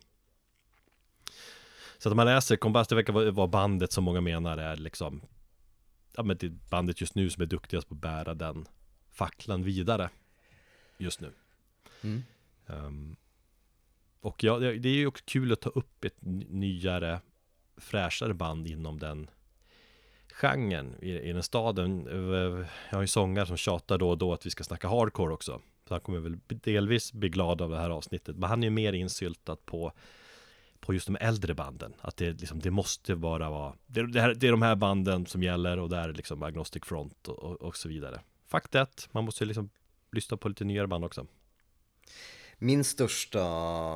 Så att man läser Combust, det verkar vara bandet som många menar är liksom, ja men det är bandet just nu som är duktigast på att bära den facklan vidare just nu. Mm. Um, och ja, det är ju också kul att ta upp ett nyare, fräschare band inom den genren i, i den staden. Jag har ju sångare som tjatar då och då att vi ska snacka hardcore också. Så han kommer väl delvis bli glad av det här avsnittet. Men han är ju mer insyltat på på just de äldre banden. Att det, liksom, det måste bara vara det, det, här, det är de här banden som gäller, och där är liksom Agnostic Front och, och, och så vidare. Fakt att man måste liksom lyssna på lite nyare band också. Min största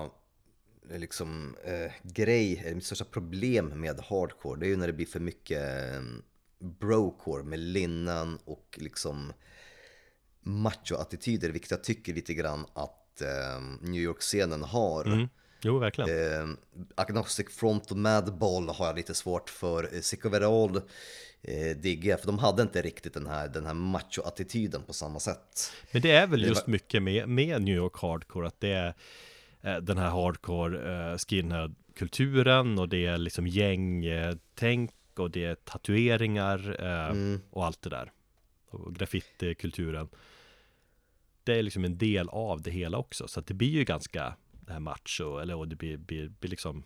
liksom, eh, grej, mitt största problem med hardcore, det är ju när det blir för mycket eh, brocore med linnen och liksom macho-attityder, vilket jag tycker lite grann att eh, New York-scenen har. Mm. Jo, verkligen. Eh, Agnostic Front och Madball har jag lite svårt för. Sick Overall eh, digger, för de hade inte riktigt den här, den här macho-attityden på samma sätt. Men det är väl det just var... mycket med, med New York hardcore, att det är eh, den här hardcore eh, skinhead-kulturen, och det är liksom gängtänk, och det är tatueringar eh, mm. och allt det där. Och graffiti-kulturen. Det är liksom en del av det hela också, så att det blir ju ganska det här macho, eller och det blir, blir, blir liksom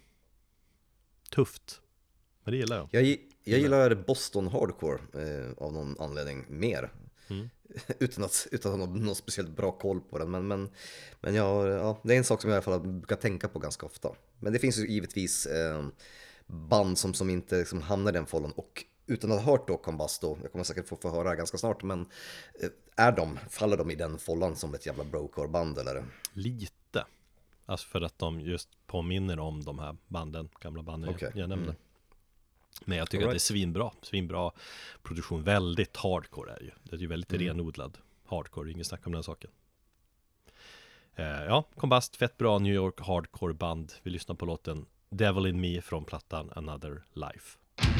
tufft. Men det gillar jag. Jag, jag gillar Boston hardcore eh, av någon anledning mer. Mm. utan, att, utan att ha någon, någon speciellt bra koll på den. Men, men, men jag, ja, det är en sak som jag i alla fall brukar tänka på ganska ofta. Men det finns ju givetvis eh, band som, som inte liksom hamnar i den follen. Och utan att ha hört då Combust, då, jag kommer säkert få, få höra ganska snart, men eh, är de, faller de i den follan som ett jävla brocore-band eller? Lite. Alltså för att de just påminner om de här banden, gamla banden okay. jag, jag nämnde. Mm. Men jag tycker right. att det är svinbra, svinbra produktion, väldigt hardcore är det ju. Det är ju väldigt mm. renodlad hardcore, ingen snack om den saken. Eh, ja, Combust, fett bra New York hardcore band. Vi lyssnar på låten Devil in Me från plattan Another Life.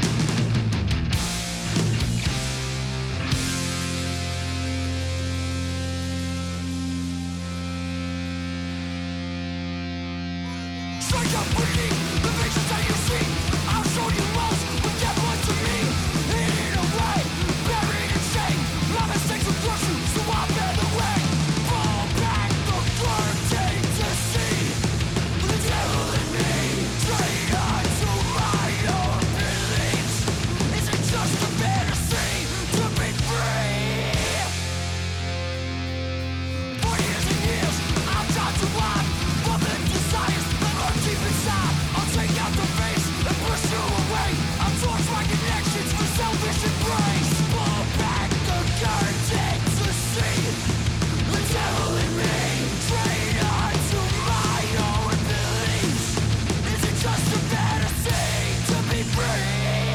Strike up breathing, the visions that you see. I'll show you most, the devil into me. Eating away, buried in shame. My mistakes will crush you, so I bear the weight. Fall back the curtain to see the devil in me. Traitor to my own beliefs. Is it just a fantasy to be free? For years and years, I've tried to run from the desires deep inside. I'll take out the face and push you away. I'll torch my connections for selfish embrace. Pull back the curtain to see the devil in me. Traitor to my own beliefs. Is it just a fantasy to be free?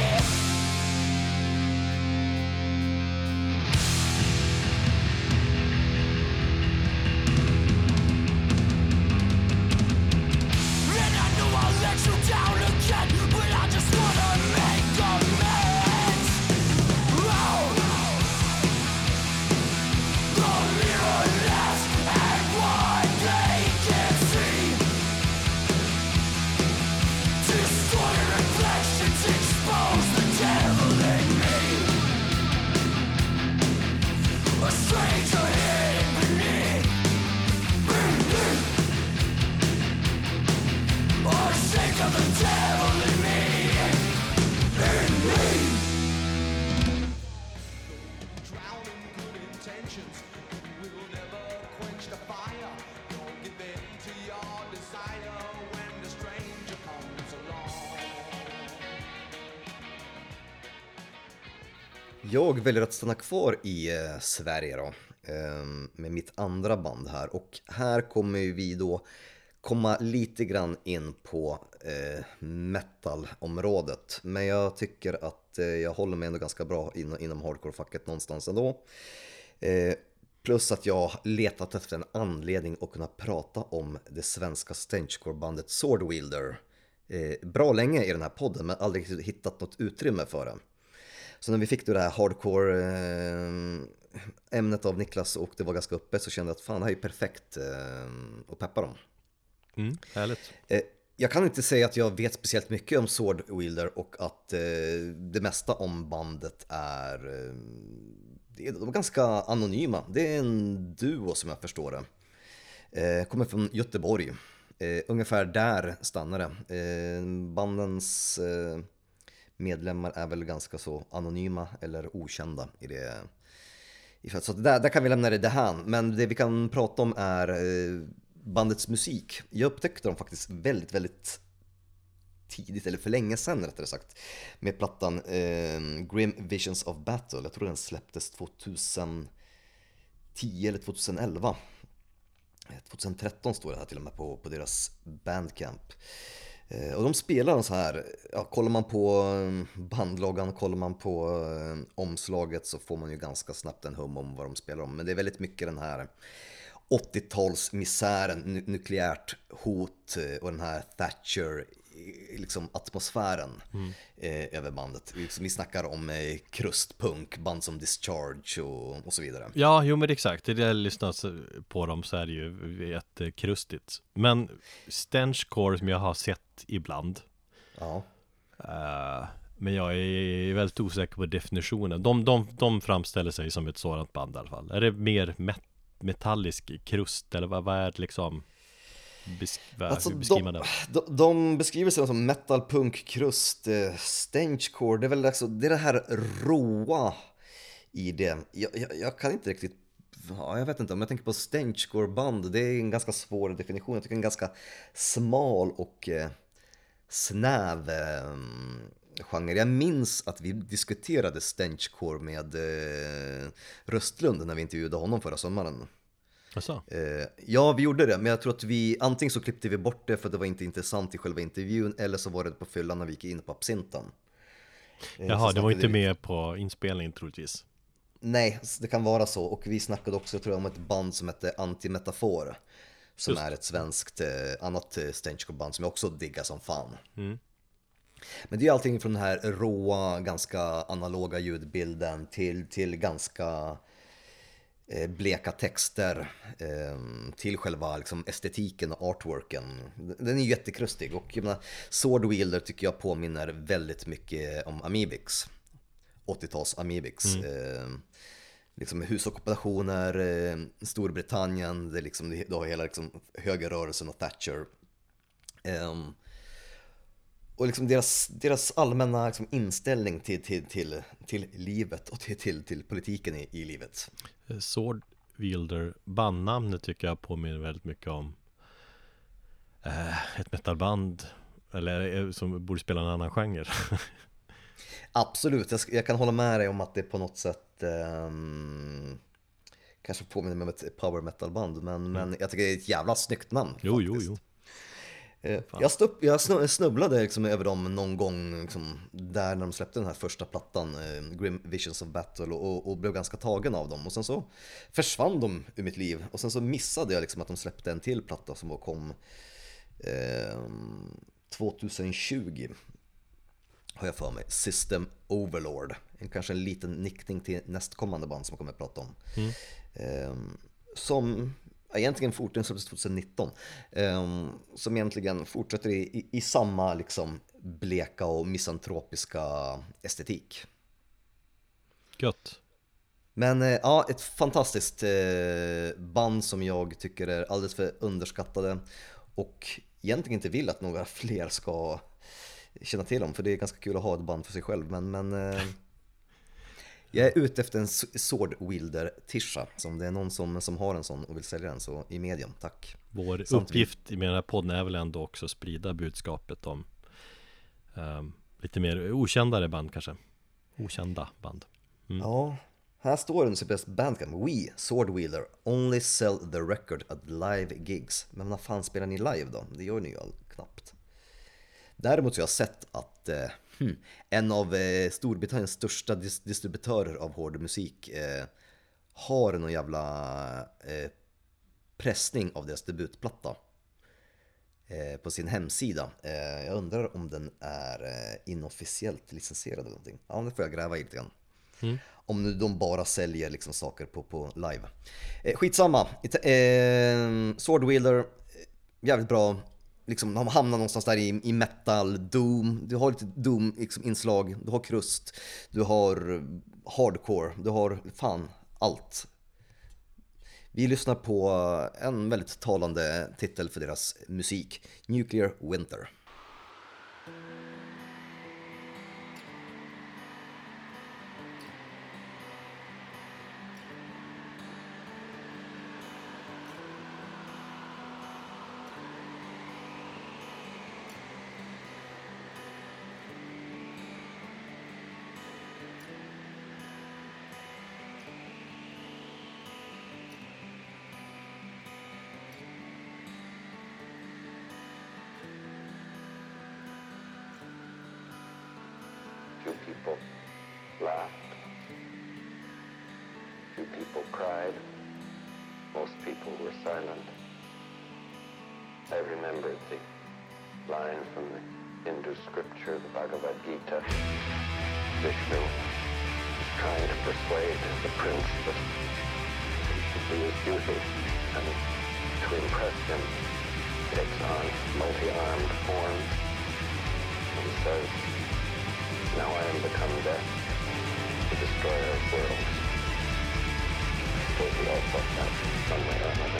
You down again, but I just wanna make amends. Oh, the mirrorless and what they can see. Distorted reflections expose the devil in me. A stranger hidden beneath. Oh, shake of the devil in me, in me. Drowning good intentions will never quench the fire. Don't give in to your desire when the stranger comes along. Jag väljer att stanna kvar i eh, Sverige då, eh, med mitt andra band här. Och här kommer vi då komma lite grann in på eh, metal-området. Men jag tycker att eh, jag håller mig ändå ganska bra in, inom hardcore-facket någonstans ändå. Eh, plus att jag har letat efter en anledning att kunna prata om det svenska stenchcore-bandet Swordwielder. Eh, bra länge i den här podden, men aldrig hittat något utrymme för den. Så när vi fick då det här hardcore eh, ämnet av Niklas och det var ganska öppet, så kände jag att fan, det här är ju perfekt eh, att peppa dem. Mm, härligt. Eh, jag kan inte säga att jag vet speciellt mycket om Sword Wielder och att eh, det mesta om bandet är, eh, det är de är ganska anonyma. Det är en duo som jag förstår det. Eh, kommer från Göteborg. Eh, ungefär där stannar det. Eh, bandens eh, medlemmar är väl ganska så anonyma eller okända i det. Så där, där kan vi lämna det därhän. Men det vi kan prata om är eh, bandets musik. Jag upptäckte dem faktiskt väldigt, väldigt tidigt, eller för länge sedan rättare sagt, med plattan eh, Grim Visions of Battle. Jag tror den släpptes tjugohundratio eller tjugoelva. tjugohundratretton står det här till och med på, på deras Bandcamp. Eh, och de spelar så här, ja, kollar man på bandloggan, kollar man på eh, omslaget, så får man ju ganska snabbt en hum om vad de spelar om. Men det är väldigt mycket den här åttiotalsmisären, nu- nukleärt hot eh, och den här Thatcher liksom atmosfären mm. eh, över bandet. Liksom, vi snackar om eh, krustpunk, band som Discharge och, och så vidare. Ja, jo men exakt, det är det jag lyssnat på dem, så är det ju jättekrustigt. Men stenchcore som jag har sett ibland, Ja. uh, men jag är väldigt osäker på definitionen. De, de, de framställer sig som ett sådant band i alla fall. Är det mer met- metallisk krust, eller vad, vad är det liksom? Besk- vad, Alltså, hur beskriver man de, det? de, de beskriver sig som metal, punk, krust, eh, stenchcore. Det är väl alltså, det är det här råa i det. Jag, jag, jag kan inte riktigt, ja, jag vet inte, om jag tänker på stenchcore band, det är en ganska svår definition. Jag tycker det är en ganska smal och eh, snäv eh, genre. Jag minns att vi diskuterade stenchcore med eh, Röstlund när vi intervjuade honom förra sommaren. Alltså? Eh, ja, vi gjorde det, men jag tror att vi antingen så klippte vi bort det för att det var inte intressant i själva intervjun, eller så var det på fyllan när vi gick in på absinten. Eh, Jaha, så det var inte vi... med på inspelningen troligtvis. Nej, det kan vara så. Och vi snackade också, tror jag, om ett band som hette Antimetafor, som Just. är ett svenskt eh, annat eh, stenchcore-band som jag också diggar som fan. Mm. Men det är allting från den här råa, ganska analoga ljudbilden till, till ganska eh, bleka texter, eh, till själva liksom, estetiken och artworken. Den är ju jättekrustig, och jag menar, Sword Wielder tycker jag påminner väldigt mycket om Amibix, åttio-tals Amibix. Mm. Eh, liksom husockupationer, eh, Storbritannien, det är liksom, det har hela liksom, högerrörelsen och Thatcher. Eh, Och liksom deras, deras allmänna liksom inställning till, till, till, till livet och till, till, till politiken i, i livet. Sword Wielder, bandnamnet tycker jag påminner väldigt mycket om eh, ett metalband, eller som borde spela en annan genre. Absolut, jag, jag kan hålla med dig om att det på något sätt um, kanske påminner mig om ett power metal-band, men, mm. men jag tycker det är ett jävla snyggt namn. Jo, faktiskt. jo, jo. Jag, stup, jag snubblade liksom över dem någon gång liksom, där när de släppte den här första plattan, eh, Grim Visions of Battle, och, och blev ganska tagen av dem. Och sen så försvann de ur mitt liv, och sen så missade jag liksom att de släppte en till platta som kom eh, tjugohundratjugo, har jag för mig, System Overlord. En, kanske en liten nickning till nästkommande band som jag kommer att prata om. Mm. Eh, som... egentligen fortsätter tjugonitton, um, som egentligen fortsätter i, i, i samma liksom bleka och misantropiska estetik. Gött. Men uh, ja, ett fantastiskt uh, band som jag tycker är alldeles för underskattade, och egentligen inte vill att några fler ska känna till dem, för det är ganska kul att ha ett band för sig själv, men, men uh, jag är ute efter en Sword Wielder-tisha. Så om det är någon som, som har en sån och vill sälja den, så i medium, tack. Vår Samt uppgift vi... med den här podden är väl ändå också att sprida budskapet om um, lite mer okändare band kanske. Okända band. Mm. Ja, här står det på Bandcamp: We, Sword Wielder, only sell the record at live gigs. Men vad fan spelar ni live då? Det gör ni ju knappt. Däremot så har jag sett att eh, hmm, en av eh, Storbritanniens största dis- distributörer av hård musik eh, har någon jävla eh, pressning av deras debutplatta. eh, på sin hemsida. Eh, jag undrar om den är eh, inofficiellt licensierad eller någonting. Ja, det får jag gräva i lite grann. Mm. Om nu de bara säljer liksom saker på, på live. Eh, skitsamma. Eh, Swordwielder, jävligt bra. Liksom, de hamnar någonstans där i, i metal, doom. Du har lite doom-inslag, liksom, du har krust, du har hardcore, du har fan allt. Vi lyssnar på en väldigt talande titel för deras musik, Nuclear Winter. Few people laughed. Few people cried. Most people were silent. I remembered the line from the Hindu scripture, the Bhagavad Gita. Vishnu is trying to persuade the prince that he should be his duty, and to impress him takes on multi-armed form. He says, "Now I am become death, the destroyer of worlds." I suppose we all felt that some way or another.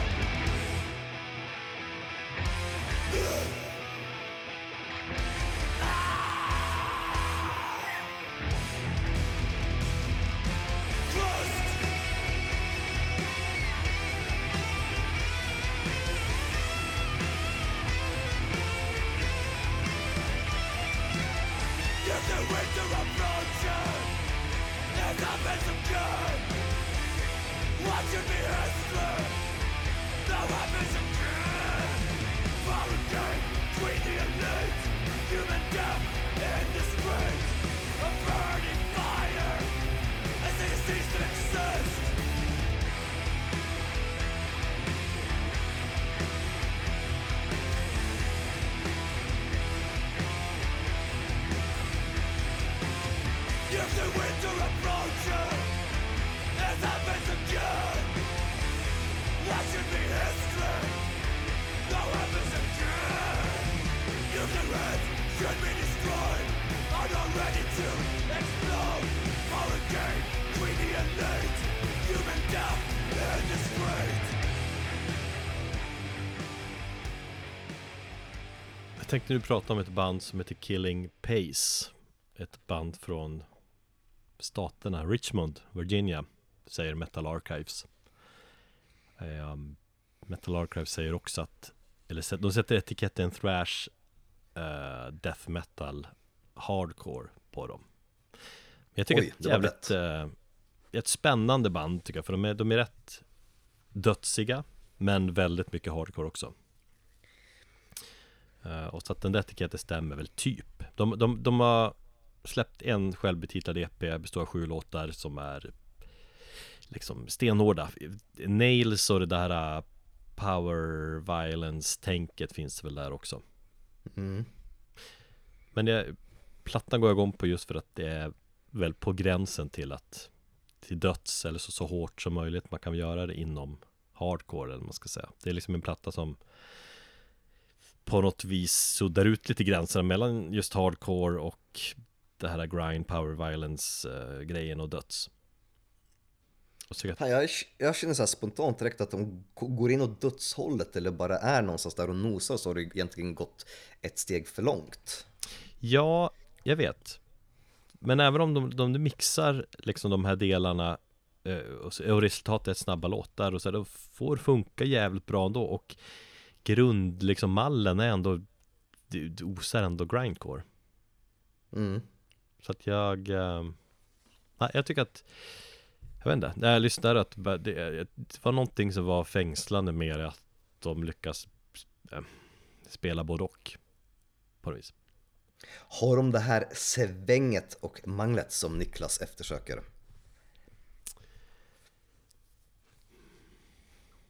Jag tänkte nu prata om ett band som heter Killing Pace. Ett band från staterna Richmond, Virginia, säger Metal Archives. um, Metal Archives säger också att, eller de sätter etiketten thrash, uh, death metal, hardcore på dem. Men jag tycker Oj, det är jävligt uh, ett spännande band tycker jag, för de är, de är rätt dödsiga men väldigt mycket hardcore också. Uh, och så att den där etiketten stämmer väl typ. De, de, de har släppt en självbetitlad E P, består av sju låtar som är liksom stenhårda. Nails och det där power violence-tänket finns väl där också. Mm. Men det, plattan går jag igång på just för att det är väl på gränsen till att till döds, eller så, så hårt som möjligt man kan göra det inom hardcore, eller man ska säga. Det är liksom en platta som på något vis suddar ut lite gränserna mellan just hardcore och det här grind, power violence uh, grejen och döds. Och så Fan, jag, jag känner så här spontant direkt att de går in åt dödshållet eller bara är någonstans där och nosar, så har det egentligen gått ett steg för långt. Ja, jag vet. Men även om de, de mixar liksom de här delarna uh, och, och resultatet är snabba låtar och så här, de får funka jävligt bra ändå, och grund, liksom mallen är ändå, det osar ändå grindcore. Mm. Så att jag uh, nej, jag tycker att jag vet inte, när jag lyssnade att det, det var någonting som var fängslande med att de lyckas äh, spela både och på något vis. Har de det här svänget och manglet som Niklas eftersöker?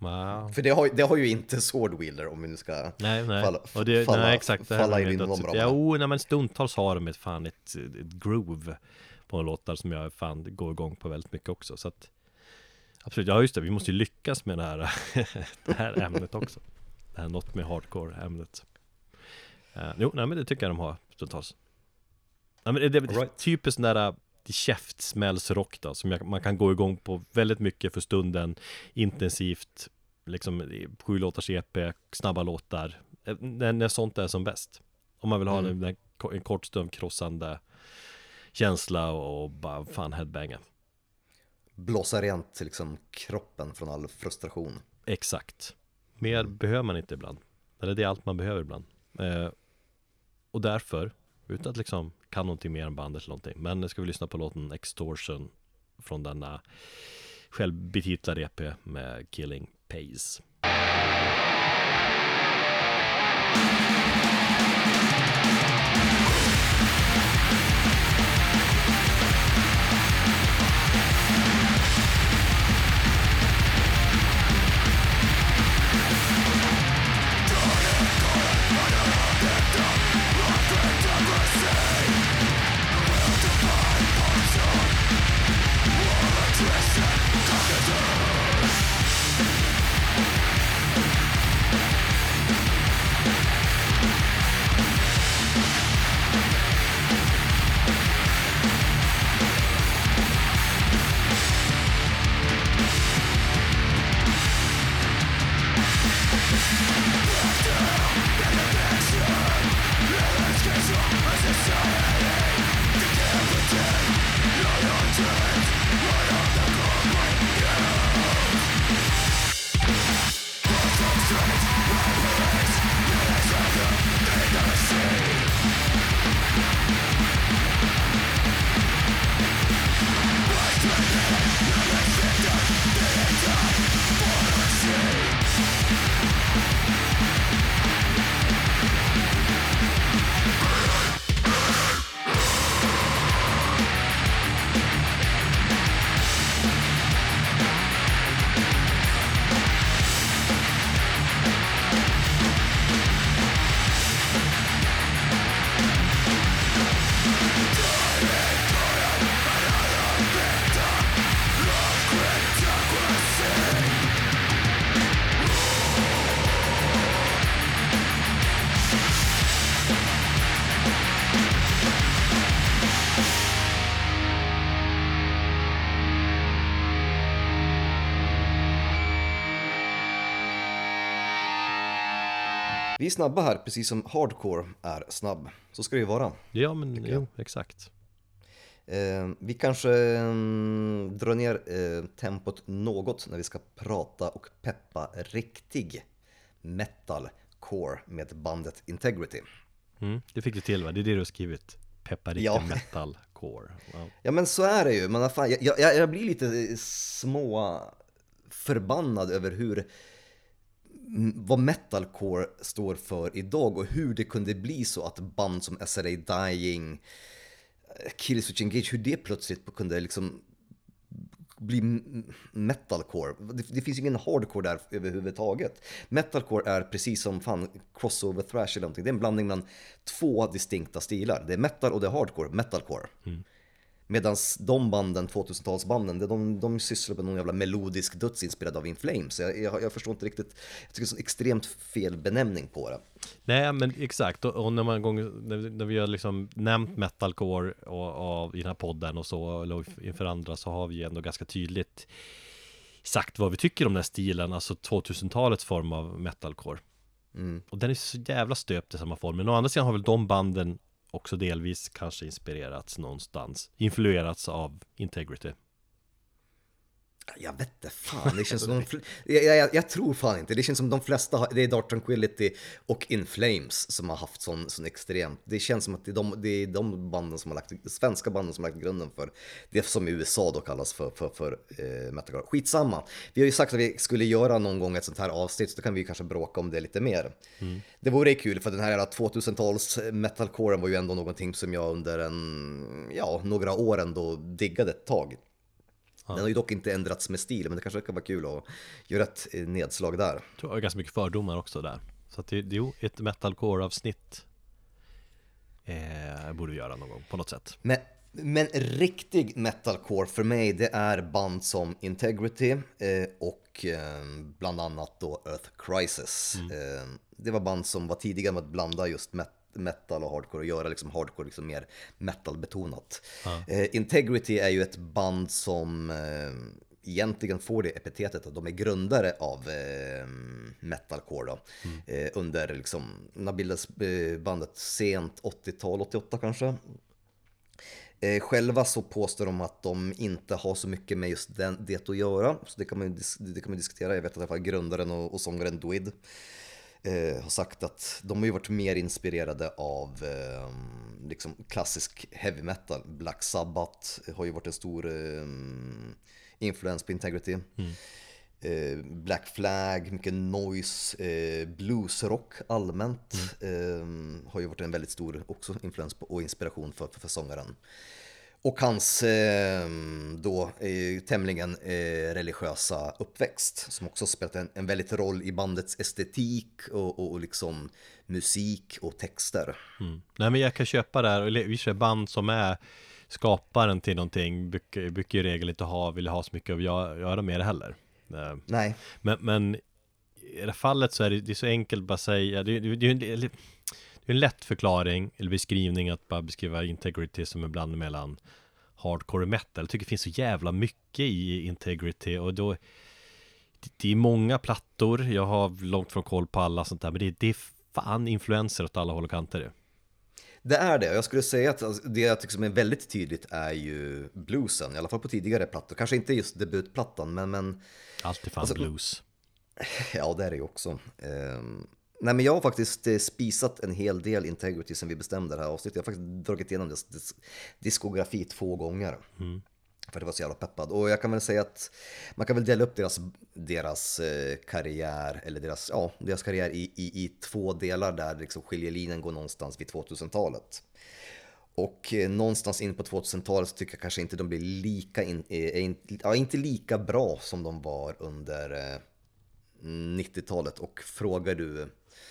Wow. För det har, det har ju inte Swordwheeler om vi nu ska Nej, nej. falla, och det, falla, nej, exakt, det här falla med in i de döds- ramarna. Ja, oh, nej, men stundtals har de ett fan ett, ett groove på en låtar som jag fan går igång på väldigt mycket också. Så att, absolut, ja just det, vi måste ju lyckas med det här, det här ämnet också. Det här något med hardcore-ämnet. Uh, jo, nej men det tycker jag de har stundtals. Nej, men det, det, det är Right. typiskt den där käftsmällsrock då, som jag, man kan gå igång på väldigt mycket för stunden, intensivt, liksom sju låtars E P, snabba låtar, när, när sånt är som bäst. Om man vill ha Mm. en, en kort stund krossande känsla och, och bara fan headbanga. Blåsa rent liksom kroppen från all frustration. Exakt. Mer behöver man inte ibland. Eller det är allt man behöver ibland. Eh, och därför, utan att liksom kan någonting mer än bandet eller någonting, men ska vi lyssna på låten Extortion från denna självbetitlade E P med Killing Pays. Vi är snabba här, precis som hardcore är snabb. Så ska det ju vara. Ja, men jag. jo, exakt. Eh, vi kanske mm, drar ner eh, tempot något när vi ska prata och peppa riktig metalcore med bandet Integrity. Mm, det fick du till, va? Det är det du har skrivit. Peppa riktig Ja. metalcore. Wow. Ja men så är det ju, men fan, jag, jag, jag blir lite små förbannad över hur vad metalcore står för idag och hur det kunde bli så att band som S L A Dying, Killswitch Engage, hur det plötsligt kunde liksom bli metalcore. Det, det finns ingen hardcore där överhuvudtaget. Metalcore är precis som fan crossover thrash eller någonting. Det är en blandning mellan två distinkta stilar. Det är metal och det är hardcore, metalcore. Mm. Medan de banden, tvåtusentalsbanden, de, de sysslar med någon jävla melodisk döds inspirerad av In Flames. Jag, jag, jag förstår inte riktigt, jag tycker det är en extremt fel benämning på det. Nej, men exakt, och, och när, man gång, när, när vi har liksom nämnt metalcore och, och i den här podden och så, eller inför andra, så har vi ändå ganska tydligt sagt vad vi tycker om den här stilen, alltså tvåtusentalets form av metalcore. Mm. Och den är så jävla stöpt i samma form. Men å andra sidan har väl de banden också delvis kanske inspirerats någonstans, influerats av Integrity. Jag vet inte fan, det känns som de, jag, jag, jag tror fan inte, det känns som de flesta har, det är Dark Tranquillity och In Flames som har haft sån, sån extremt, det känns som att det är de, det är de banden som har lagt, svenska banden som har lagt grunden för det som i U S A då kallas för, för, för eh, metalcore. Skitsamma, vi har ju sagt att vi skulle göra någon gång ett sånt här avsnitt, så då kan vi kanske bråka om det lite mer. Mm. Det vore kul, för den här jävla tvåtusentals metalcoren var ju ändå någonting som jag under en, ja, några år ändå diggade ett tag. Den har ju dock inte ändrats med stil, men det kanske kan vara kul att göra ett nedslag där. Jag tror det är ganska mycket fördomar också där. Så att det, det är ju ett metalcore-avsnitt eh, borde vi göra någon gång på något sätt. Men, men riktig metalcore för mig, det är band som Integrity eh, och eh, bland annat då Earth Crisis. Mm. Eh, det var band som var tidiga med att blanda just met- metal och hardcore och göra liksom hardcore liksom mer metalbetonat. Ah. Eh, Integrity är ju ett band som eh, egentligen får det epitetet att de är grundare av eh, metalcore då. Mm. Eh, under liksom, när bildades bandet sent åttiotal, åttioåtta kanske. Eh, själva så påstår de att de inte har så mycket med just den, det att göra, så det kan man, det kan man diskutera. Jag vet att i alla fall grundaren och, och sångaren Dwid Eh, har sagt att de har ju varit mer inspirerade av eh, liksom klassisk heavy metal. Black Sabbath har ju varit en stor eh, influens på Integrity. Mm. eh, Black Flag, mycket noise, eh, bluesrock allmänt mm. eh, har ju varit en väldigt stor också influens på, och inspiration för, för, för sångaren. Och hans eh, då eh, tämligen eh, religiösa uppväxt som också spelat en, en väldigt roll i bandets estetik och, och, och liksom musik och texter. Mm. Nej, men jag kan köpa det här, och vi ser band som är skaparen till någonting brukar i regel inte ha, vill ha så mycket att göra med det heller. Nej. Men, men i det fallet så är det, det är så enkelt bara säga, det, det, det, det, det är en lätt förklaring eller beskrivning att bara beskriva Integrity som en bland mellan hardcore och metal. Jag tycker det finns så jävla mycket i Integrity och då det är många plattor, jag har långt från koll på alla sånt där, men det, det är fan influenser åt alla håll och kanter. Det är det, jag skulle säga att alltså, det jag tycker som är väldigt tydligt är ju bluesen, i alla fall på tidigare plattor, kanske inte just debutplattan, men, men alltid fan alltså, blues. Ja, det är det ju också. Um, nej, men jag har faktiskt eh, spisat en hel del Integrity sen vi bestämde det här avsnittet. Jag har faktiskt dragit igenom dess, dess diskografi två gånger. Mm. För det var så jävla peppad. Och jag kan väl säga att man kan väl dela upp deras, deras eh, karriär, eller deras, ja, deras karriär i, i, i två delar där liksom skiljelinjen går någonstans vid tvåtusentalet. Och eh, någonstans in på tvåtusentalet så tycker jag kanske inte de blir lika, in, eh, in, ja, inte lika bra som de var under eh, nittiotalet. Och frågar du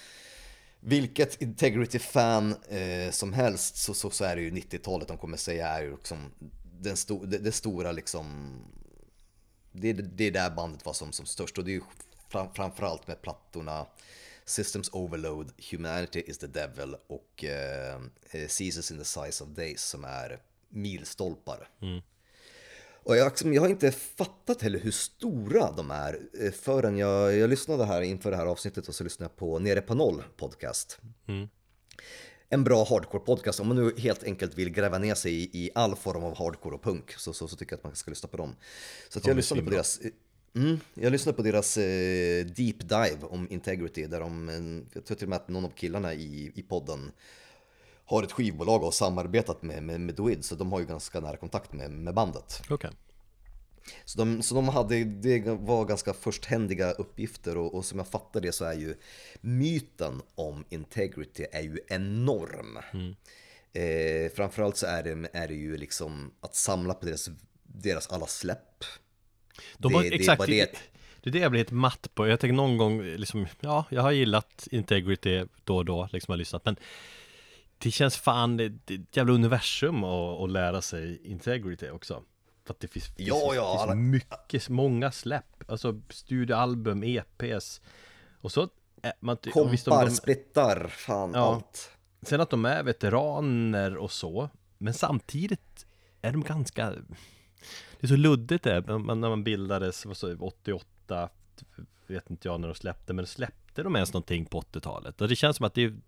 vilket Integrity-fan eh, som helst så, så, så är det ju nittiotalet de kommer säga är ju liksom den sto, det, det stora liksom, det, det är där bandet var som, som störst, och det är ju fram, framförallt med plattorna Systems Overload, Humanity is the Devil och eh, Seasons in the Size of Days som är milstolpar. Mm. Och jag, jag har inte fattat heller hur stora de är förrän jag, jag lyssnade här inför det här avsnittet, och så lyssnade jag på Nere på Noll podcast. Mm. En bra hardcore-podcast, om man nu helt enkelt vill gräva ner sig i, i all form av hardcore och punk, så, så, så tycker jag att man ska lyssna på dem. Så att jag, lyssnade på deras, mm, jag lyssnade på deras eh, deep dive om Integrity, där de, jag tror till och med att någon av killarna i, i podden har ett skivbolag och samarbetat med, med, med Dwid, så de har ju ganska nära kontakt med, med bandet. Okay. Så de, så de hade, det var ganska försthändiga uppgifter, och, och som jag fattar det så är ju myten om Integrity är ju enorm. Mm. Eh, framförallt så är det, är det ju liksom att samla på deras, deras alla släpp. De har, det, exakt, det, det, det är det jag blir helt matt på. Jag tänker någon gång, liksom, ja, jag har gillat Integrity då och då, liksom har lyssnat, men det känns fan, det, det är ett jävla universum att, att lära sig Integrity också. För att det finns, ja, finns, ja, finns alla... mycket, många släpp, alltså studioalbum, E P:s och så äh, man, kompar, visst, de, splittar, fan ja, allt. Sen att de är veteraner och så, men samtidigt är de ganska, det är så luddigt det, när man bildades vad så, åttioåtta, vet inte jag när de släppte, men släppte de ens någonting på åttiotalet, och det känns som att det är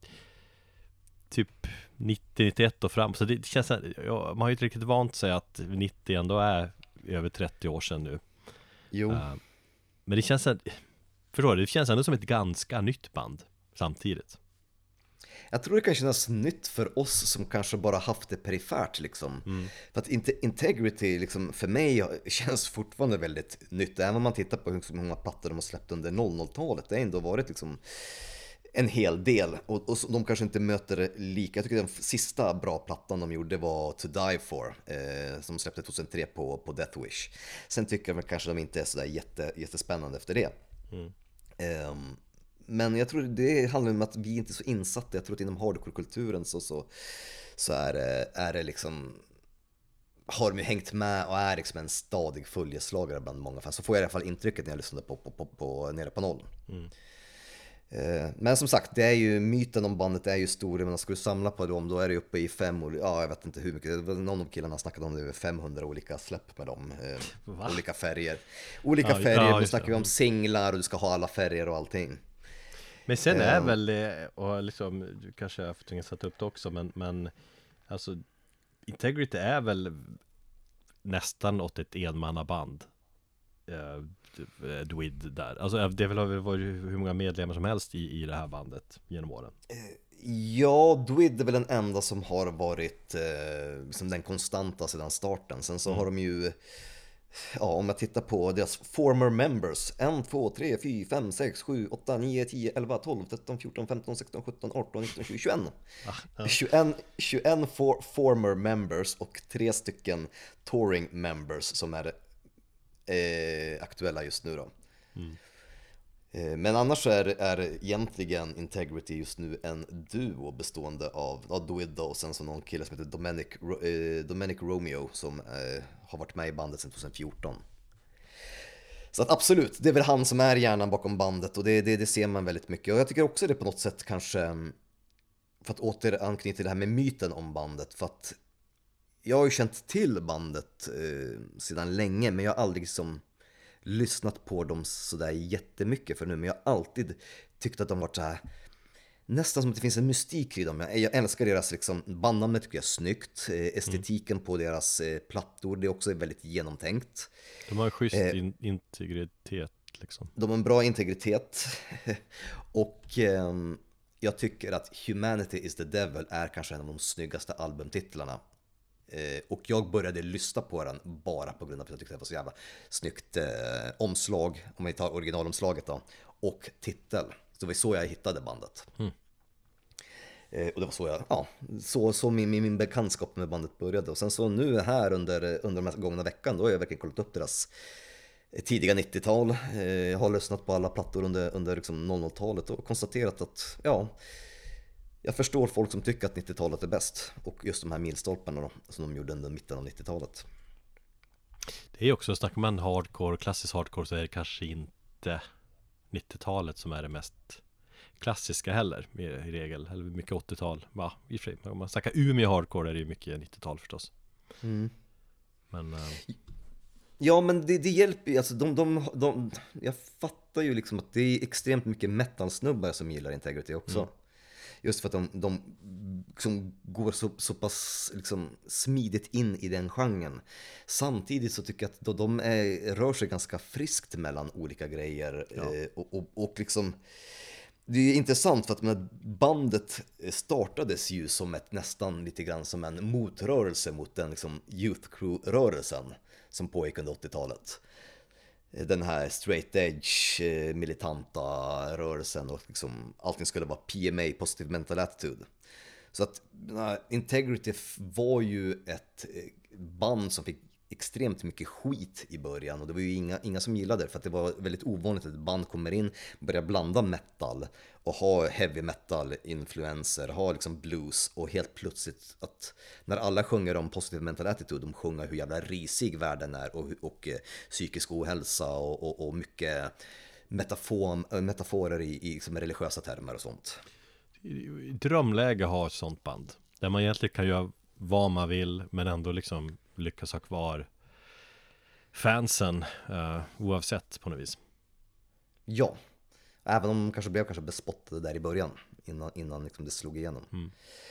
typ nittio nittioett och fram, så det känns, ja, man har ju inte riktigt vant sig att nittio ändå är över trettio år sedan nu. Jo. Uh, men det känns, förstår du, det känns ändå som ett ganska nytt band samtidigt. Jag tror det kan kännas nytt för oss som kanske bara haft det perifert liksom. Mm. För att Integrity liksom, för mig känns fortfarande väldigt nytt, även om man tittar på hur många plattor de har släppt under noll noll-talet. Det har ändå varit liksom en hel del, och, och de kanske inte möter det lika. Jag tycker den sista bra plattan de gjorde var To Die For, eh, som släppte tjugohundratre på, på Death Wish. Sen tycker jag kanske de inte är sådär jätte, jättespännande efter det. Mm. eh, Men jag tror det handlar om att vi inte är så insatta. Jag tror att inom hardcore-kulturen så, så, så är, det, är det liksom, har de ju hängt med och är liksom en stadig följeslagare bland många fans. Så får jag i alla fall intrycket när jag lyssnade på, på, på, på Nere på Noll. Mm. Men som sagt, det är ju, myten om bandet är ju stor. Men ska du samla på dem, då är det uppe i fem, ja jag vet inte hur mycket. Någon av killarna snackade om det, över femhundra olika släpp med dem. Va? Olika färger. Olika ja, färger, ja, då snackar vi om singlar och du ska ha alla färger och allting. Men sen är um, väl det, och liksom, du kanske har tvungen sätta upp det också, men, men alltså Integrity är väl nästan åt ett enmannaband. Uh, Dwid där. Alltså det har väl varit hur många medlemmar som helst i, i det här bandet genom åren. Ja, Dwid är väl den enda som har varit eh, liksom den konstanta sedan starten. Sen så mm. har de ju, ja, om jag tittar på deras former members, ett, två, tre, fyra, fem, sex, sju, åtta, nio, tio, elva, tolv, tretton, fjorton, femton, sexton, sjutton, arton, nitton, tjugo, tjugoett. Ah, ja. tjugoett, tjugoett for, former members och tre stycken touring members som är eh, aktuella just nu då. Mm. Eh, men annars är, är egentligen Integrity just nu en duo bestående av ja, Dwid och sen så någon kille som heter Dominic, eh, Dominic Romeo som eh, har varit med i bandet sedan tjugohundrafjorton. Så att absolut, det är väl han som är hjärnan bakom bandet, och det, det, det ser man väldigt mycket. Och jag tycker också det på något sätt kanske, för att återanknyta till det här med myten om bandet, för att jag har ju känt till bandet eh, sedan länge, men jag har aldrig som lyssnat på dem sådär jättemycket för nu, men jag har alltid tyckt att de varit så här, nästan som att det finns en mystik i dem. Jag, jag älskar deras liksom, bandnamnet tycker jag är snyggt, eh, estetiken mm. på deras eh, plattor, det är också väldigt genomtänkt. De har en schysst eh, in- integritet liksom. De har en bra integritet och eh, jag tycker att Humanity is the Devil är kanske en av de snyggaste albumtitlarna. Och jag började lyssna på den bara på grund av att jag tyckte det var så jävla snyggt eh, omslag, om vi tar originalomslaget då, och titel. Så det var så jag hittade bandet. Mm. Eh, och det var så jag, ja, så, så min, min, min bekantskap med bandet började. Och sen så nu här under, under de här gångna veckan, då har jag verkligen kollat upp deras tidiga nittiotal. Eh, jag har lyssnat på alla plattor under, under liksom noll noll-talet och konstaterat att, ja, jag förstår folk som tycker att nittiotalet är bäst. Och just de här milstolparna då, som de gjorde under mitten av nittiotalet. Det är också, snackar man hardcore, klassisk hardcore, så är det kanske inte nittiotalet som är det mest klassiska heller i, i regel. Eller mycket åttiotal. Ja, i och för sig. Om man snackar Umeå hardcore är det ju mycket nittiotal förstås. Mm. Men... Äh... Ja, men det, det hjälper ju. Alltså, de, de, de, jag fattar ju liksom att det är extremt mycket metal-snubbar som gillar Integrity också. Mm. Just för att de, de liksom går så, så pass liksom smidigt in i den genren. Samtidigt så tycker jag att då de är, rör sig ganska friskt mellan olika grejer. Ja. eh, och, och, och liksom, det är intressant för att men, bandet startades ju som ett, nästan lite grann som en motrörelse mot den liksom, Youth Crew-rörelsen som pågick under åttiotalet. Den här straight edge militanta rörelsen och liksom allting skulle vara P M A, positive mental attitude. Så att Integrity var ju ett band som fick extremt mycket skit i början, och det var ju inga, inga som gillade det, för att det var väldigt ovanligt att ett band kommer in, börjar blanda metal och ha heavy metal influenser, ha liksom blues, och helt plötsligt att när alla sjunger om positive mental attitude, de sjunger hur jävla risig världen är och, och eh, psykisk ohälsa och, och, och mycket metafor, metaforer i, i liksom religiösa termer och sånt. Drömläge har ett sånt band där man egentligen kan göra vad man vill men ändå liksom lyckas ha kvar fansen uh, oavsett på något vis. Ja, även om de kanske blev kanske bespottade där i början innan, innan liksom det slog igenom. Mm.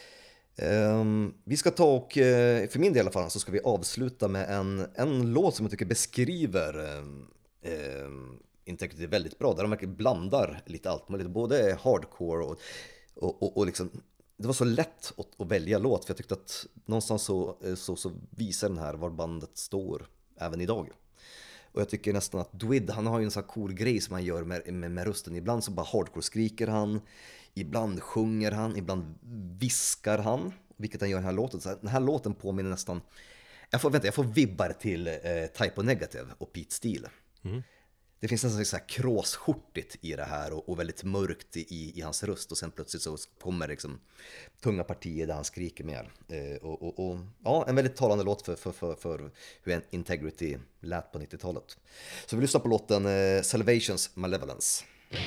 Um, vi ska ta och, för min del i alla fall, så ska vi avsluta med en, en låt som jag tycker beskriver um, um, Integrity väldigt bra, där de verkligen blandar lite allt möjligt, både hardcore och, och, och, och liksom, det var så lätt att, att välja låt, för jag tyckte att någonstans så, så, så visar den här var bandet står även idag. Och jag tycker nästan att Dwid, han har ju en sån här cool grej som han gör med, med, med rösten. Ibland så bara hardcore skriker han, ibland sjunger han, ibland viskar han, vilket han gör i den här låten. Så här, den här låten påminner nästan, jag får, vänta, jag får vibbar till eh, Type O Negative och Pete Steele. Mm. Det finns nästan så här kråsskjortigt i det här och, och väldigt mörkt i, i hans röst, och sen plötsligt så kommer liksom tunga partier där han skriker mer. Eh, och, och, och, ja, en väldigt talande låt för, för, för, för hur Integrity lät på nittiotalet. Så vi lyssnar på låten eh, Salvation's Malevolence.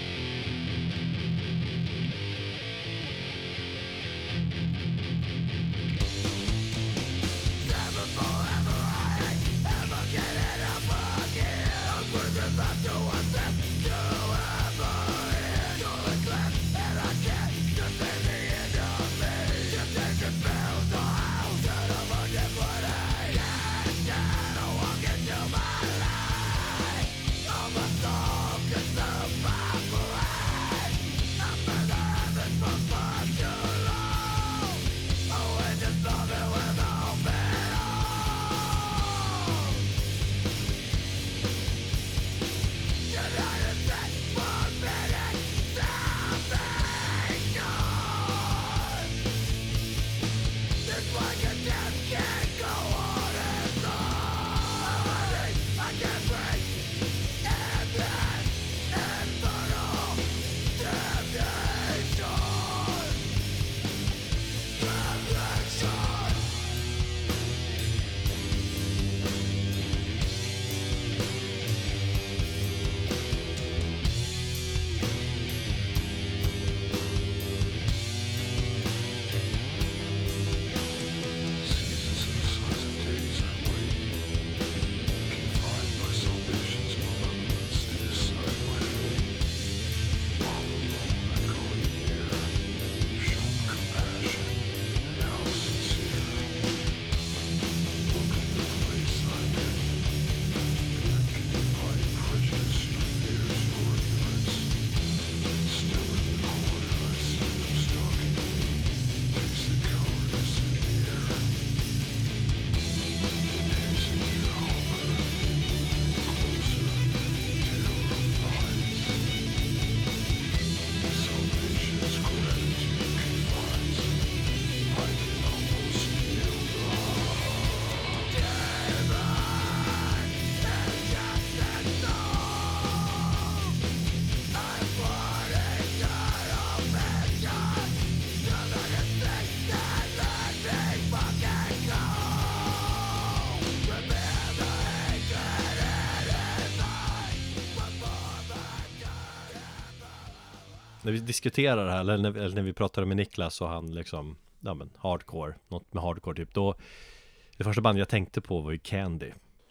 När vi diskuterar det här, eller när, eller när vi pratade med Niklas och han liksom, ja men hardcore, något med hardcore typ, då det första bandet jag tänkte på var ju Candy.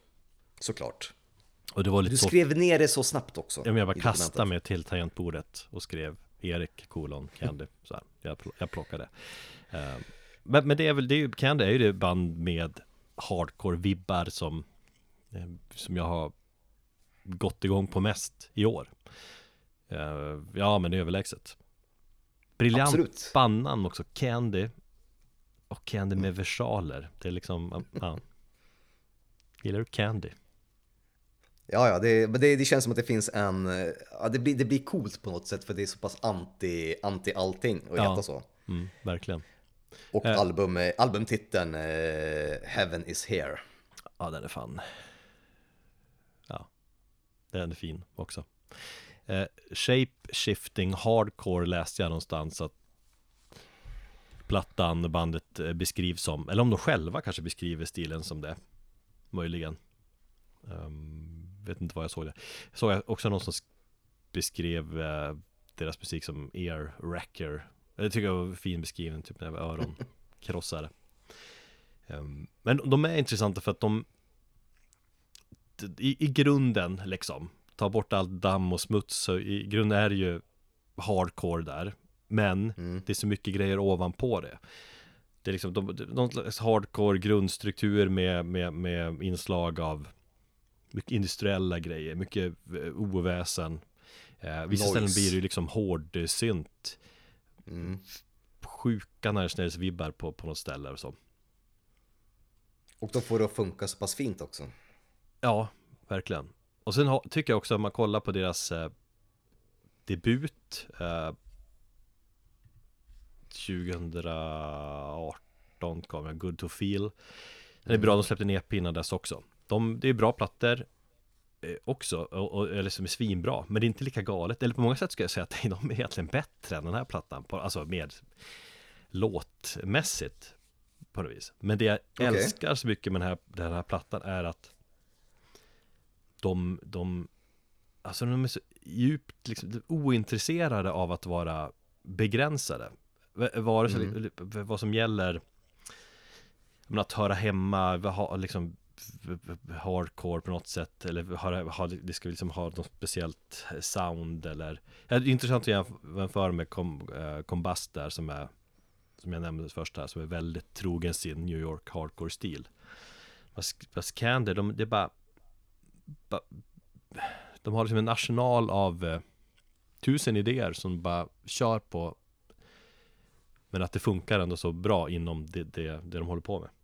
Såklart. Och det var lite du så... skrev ner det så snabbt också. Ja, men jag bara kastade mig till tangentbordet och skrev Erik kolon Candy. Så här, jag, jag plockade. Uh, men, men det är väl, det är ju, Candy är ju det band med hardcore-vibbar som, eh, som jag har gått igång på mest i år. Uh, ja, men det är överlägset. Briljant. Absolut. Spannan också, Candy. Och Candy med versaler. Det är liksom, ja. Gillar du Candy? Ja, ja, det, det, det känns som att det finns en, ja, det blir, det blir coolt på något sätt, för det är så pass anti, anti allting och ja. heta så. Mm, verkligen. Och eh. album, albumtiteln eh, Heaven is here. Ja, den är fan. Ja, den är fin också. Eh, shape shifting hardcore läste jag någonstans att plattan, bandet beskrivs som, eller om de själva kanske beskriver stilen som det, möjligen. Um, vet inte vad jag såg det. Såg jag också någon som beskrev uh, deras musik som ear wrecker. Det tycker jag var en fin beskrivning, typ när öron krossade. Um, men de är intressanta för att de i, i grunden liksom tar bort all damm och smuts, så i grunden är det ju hardcore där, men mm. det är så mycket grejer ovanpå det. Det är liksom de, någon slags hardcore grundstruktur med, med, med inslag av mycket industriella grejer, mycket oväsen. Eh, vissa Noise. Ställen blir det ju liksom hårdsynt. Mm. Sjuka närsnärsvibbar på, på något ställe och så. Och då får det att funka så pass fint också. Ja, verkligen. Och sen ha, tycker jag också, om man kollar på deras eh, debut eh, tjugohundraarton kom jag, Good to Feel. Den är bra, de släppte en E P innan dess också. De, det är bra plattor eh, också, och, och, eller som är svinbra, men det är inte lika galet. Eller på många sätt ska jag säga att de är egentligen bättre än den här plattan, på, alltså med låtmässigt på något vis. Men det jag Okay. älskar så mycket med den här, den här plattan är att de, de alltså de är så djupt liksom, ointresserade av att vara begränsade. Vare sig mm. vad som gäller men att höra hemma, ha, liksom hardcore på något sätt, eller ha, ha, det ska liksom ha något speciellt sound, eller det är intressant att jämföra med Com, uh, Combust där, som är, som jag nämnde först här, som är väldigt trogen sin New York hardcore-stil. Fast Candy, de, det är bara, bara de har liksom en arsenal av uh, tusen idéer som bara kör på, men att det funkar ändå så bra inom det, det, det de håller på med.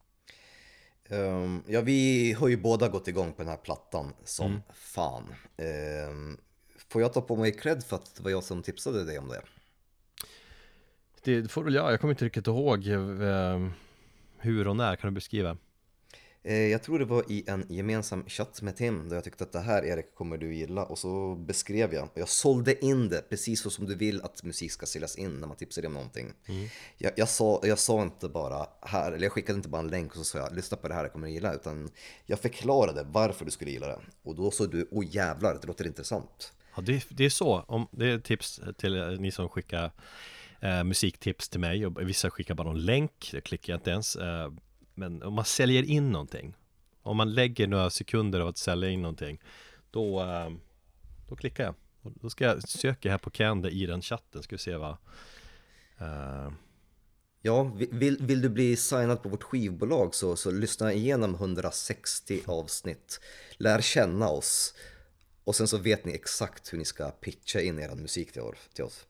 Um, ja, vi har ju båda gått igång på den här plattan som Mm. fan. Um, får jag ta på mig cred för att det var jag som tipsade dig om det? Det får väl jag, jag kommer inte riktigt ihåg eh, hur och när, kan du beskriva? Eh, jag tror det var i en gemensam chatt med Tim där jag tyckte att det här, Erik, kommer du gilla, och så beskrev jag, och jag sålde in det precis så som du vill att musik ska säljas in när man tipsar dig om någonting. Mm. jag, jag, sa, jag sa inte bara här, eller jag skickade inte bara en länk och så sa jag, lyssna på det här, jag kommer du gilla, utan jag förklarade varför du skulle gilla det, och då sa du, åh jävlar, det låter intressant. Ja, det, det är så, om, det är tips till ni som skickar eh, musiktips till mig, och vissa skickar bara någon länk, det klickar jag inte ens. eh, Men om man säljer in någonting, om man lägger några sekunder av att sälja in någonting, då, då klickar jag. Då ska jag söka här på Candy i den chatten, ska vi se vad uh... Ja, vill, vill du bli signad på vårt skivbolag så, så lyssna igenom hundrasextio avsnitt, lär känna oss, och sen så vet ni exakt hur ni ska pitcha in er musik till, till oss.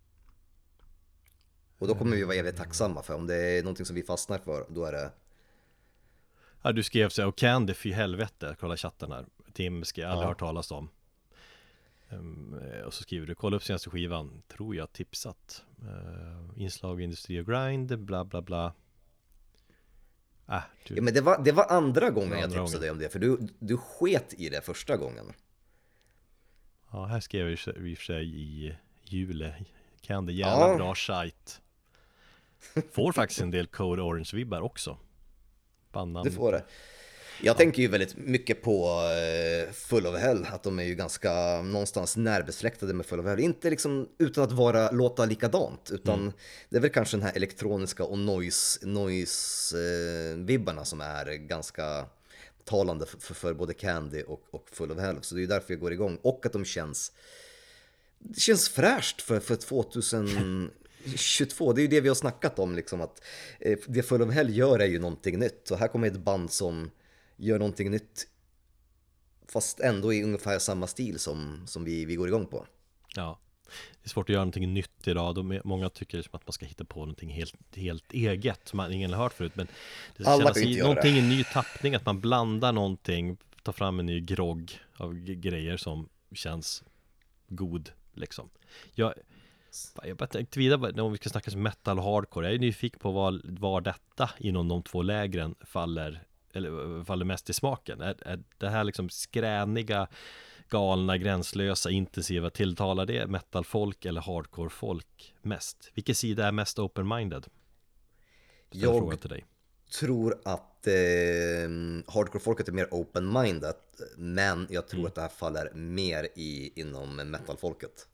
Och då kommer vi vara evigt tacksamma, för om det är någonting som vi fastnar för, då är det... Ja, du skrev så här, och Candy, för helvete, kolla chatten här. Tim ska jag aldrig ja. hört talas om. Um, och så skriver du, kolla upp senaste skivan, tror jag tipsat. Uh, inslag i Industri och Grind, bla bla bla. Äh, du... Ja, men det var, det var andra gången andra jag tipsade gången. dig om det, för du, du sket i det första gången. Ja, här skrev jag i och för sig i juli. Candy, jävla ja. bra sajt. Får faktiskt en del Code Orange-vibbar också. Bannan. Du får det. Jag ja. tänker ju väldigt mycket på uh, Full of Hell, att de är ju ganska någonstans närbesläktade med Full of Hell. Inte liksom utan att vara, låta likadant, utan mm. det är väl kanske den här elektroniska och noise, noise uh, vibbarna som är ganska talande för, för, för både Candy och, och Full of Hell. Så det är ju därför jag går igång. Och att de känns det känns fräscht för, för tjugohundratjugotvå. Det är ju det vi har snackat om, liksom, att eh, det Full of Hell gör är ju någonting nytt. Och här kommer ett band som gör någonting nytt, fast ändå i ungefär samma stil som, som vi, vi går igång på. Ja, det är svårt att göra någonting nytt idag. De, många tycker liksom att man ska hitta på någonting helt, helt eget som man ingen har hört förut. Men det Alla känns kan inte i, göra någonting det. En ny tappning, att man blandar någonting, tar fram en ny grogg av g- grejer som känns god liksom. Jag, jag bara tänkte vidare om vi ska snacka om metal och hardcore. Jag är nyfiken på var, var detta inom de två lägren faller, eller faller mest i smaken. Är, är det här liksom skräniga, galna, gränslösa, intensiva, tilltalar det metalfolk eller hardcore-folk mest? Vilken sida är mest open-minded? Jag fråga till dig. tror att eh, hardcore-folket är mer open-minded, men jag tror mm. att det här faller mer i, inom metal-folket.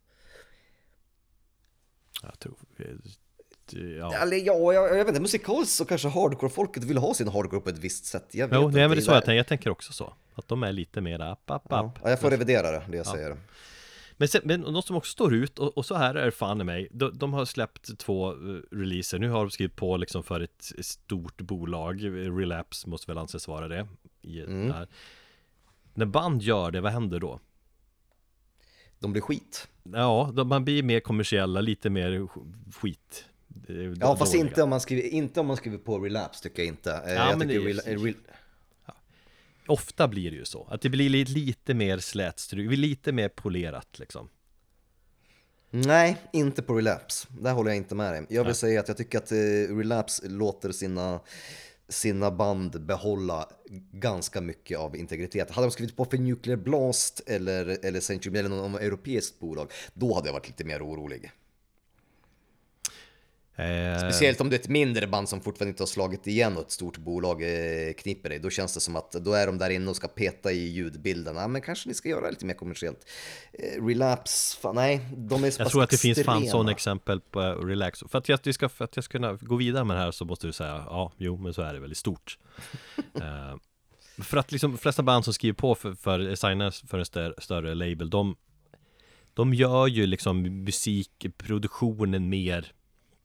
Jag tror... Ja. Eller, ja, jag, jag vet inte, musikaliskt så kanske hardcore-folket vill ha sin hardcore på ett visst sätt. Jag vet jo, inte, nej, men det är så där. jag tänker, jag tänker också så. Att de är lite mer app, app, app. Ja, jag får revidera det, det jag ja. säger. Men, sen, men något som också står ut, och, och så här är det fan i mig. De, de har släppt två uh, releaser. Nu har de skrivit på liksom för ett stort bolag. Relapse måste väl anses vara det. I, mm. där. När band gör det, vad händer då? De blir skit. Ja, de, man blir mer kommersiella, lite mer skit. Ja, fast inte om, man skriver, inte om man skriver på Relapse, tycker jag inte. Ja, jag men tycker det rela, är... re, ofta blir det ju så. Att det blir lite, lite mer slätstryk, lite mer polerat liksom. Nej, inte på Relapse. Där håller jag inte med dig. Jag vill Nej. säga att jag tycker att eh, Relapse låter sina, sina band behålla ganska mycket av integritet. Hade de skrivit på för Nuclear Blast eller, eller Century eller någon europeiskt bolag, då hade jag varit lite mer orolig. Eh, Speciellt om det är ett mindre band som fortfarande inte har slagit igen och ett stort bolag eh, kniper dig. Då känns det som att då är de där inne och ska peta i ljudbilden. Ja, men kanske ni ska göra det lite mer kommersiellt. eh, Relapse, fan, nej, de är så Jag pass tror att det finns fan extrema. sådana exempel på Relax. För att, jag ska, för att jag ska kunna gå vidare med det här så måste du säga, ja, jo, men så är det väldigt stort. uh, för att liksom, de flesta band som skriver på för, för signers för en större, större label, de, de gör ju liksom musikproduktionen mer,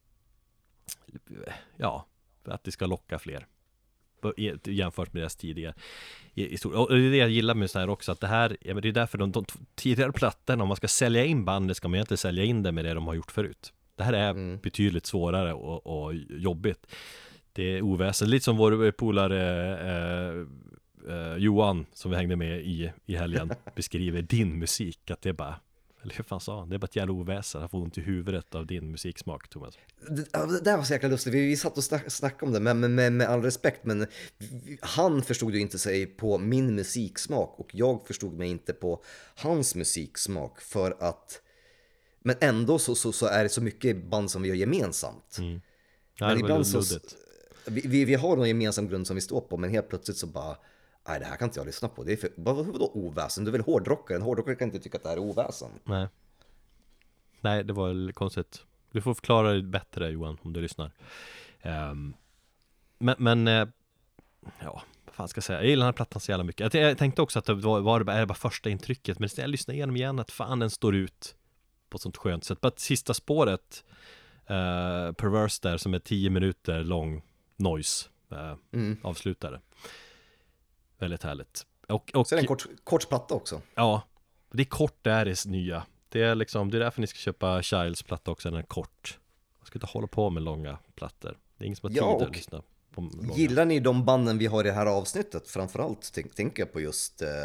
ja, för att det ska locka fler jämfört med deras tidigare historia. Och det är det jag gillar med så här också, att det här, ja, men det är därför de, de tidigare plattorna, om man ska sälja in bandet ska man inte sälja in det med det de har gjort förut. Det här är mm. betydligt svårare och, och jobbigt. Det är oväsen, lite som vår polare eh, eh, Johan som vi hängde med i, i helgen beskriver din musik, att det är bara, eller hur fan sa han? Det är bara ett jävla oväsen. Han får ont i huvudet av din musiksmak, Thomas. Det, det där var så jäkla lustigt. Vi, vi satt och snack, snackade om det, men med, med, med all respekt. Men vi, han förstod ju inte sig på min musiksmak. Och jag förstod mig inte på hans musiksmak. För att... Men ändå så, så, så är det så mycket band som vi har gemensamt. Mm. Men Nej, ibland så... luddigt. Vi, vi, vi har någon gemensam grund som vi står på. Men helt plötsligt så bara... Nej, det här kan inte jag lyssna på. Det är för... Vadå oväsen? Du är väl hårdrockare? En hårdrockare kan inte tycka att det här är oväsen. Nej. Nej, det var konstigt. Du får förklara det bättre, Johan, om du lyssnar. Um, men, men uh, ja, vad fan ska jag säga? Jag gillar den här plattan så jävla mycket. Jag, jag tänkte också att det var, var det bara, är det bara första intrycket. Men jag lyssnar igenom igen att fan den står ut på ett sånt skönt sätt. Bara sista spåret, uh, Perverse där, som är tio minuter lång noise, uh, mm. avslutare. Väldigt härligt. Och, och, så är det en kort, kort platta också. Ja, det är kort, det är det nya. Det är liksom, det är därför ni ska köpa Childs platta också, den är kort. Man ska inte hålla på med långa plattor. Det är ingen som har tid ja, att lyssna på långa. Gillar ni de banden vi har i det här avsnittet? Framförallt tänk, tänker jag på just eh,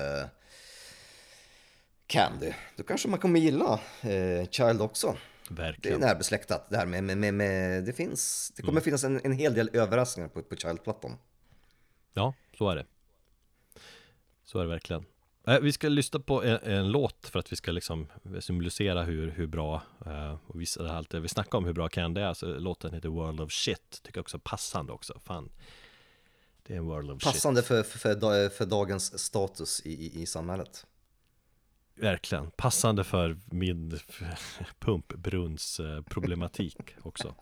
Candy. Då kanske man kommer gilla eh, Child också. Verkligen. Det är närbesläktat det här med, med, med, med det finns, det kommer mm. finnas en, en hel del överraskningar på, på Child-plattan. Ja, så är det. Så är det verkligen. Eh, vi ska lyssna på en, en låt för att vi ska liksom symbolisera hur, hur bra eh, och visa allt det vi snackar om hur bra Candy är. Så låten heter World of Shit. Tycker också passande också. Fan. Det är en World of passande Shit. Passande för, för, för dagens status i, i, i samhället. Verkligen. Passande för min pumpbrunns problematik också.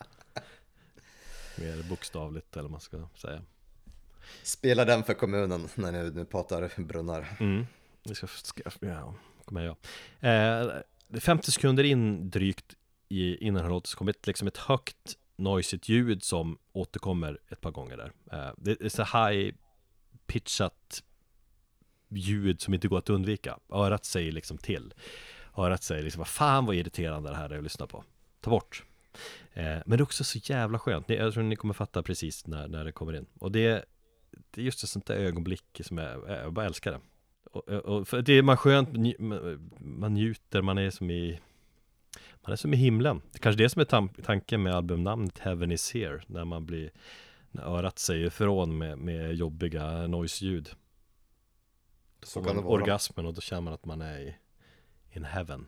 Mer bokstavligt eller man ska säga. Spela den för kommunen när ni nu pratar brunnar. Mm. Vi ska, ska ja, kommer jag. Eh, femtio sekunder in drygt i, innan den här låten så kommer ett, liksom ett högt noisigt ljud som återkommer ett par gånger där. Eh, det är så high pitchat ljud som inte går att undvika. Örat säger liksom till. Örat säger liksom, vad fan vad irriterande det här är att lyssna på. Ta bort. Eh, men det är också så jävla skönt. Jag tror ni kommer fatta precis när, när det kommer in. Och det, det är just ett sånt där ögonblick som jag, jag bara älskar det. Och, och för det är man skönt, man njuter, man är som i man är som i himlen. Det är kanske det som är tam- tanken med albumnamnet Heaven is here, när man blir, när örat säger ifrån med, med jobbiga noise-ljud. Så kan det vara orgasmen och då känner man att man är i in heaven.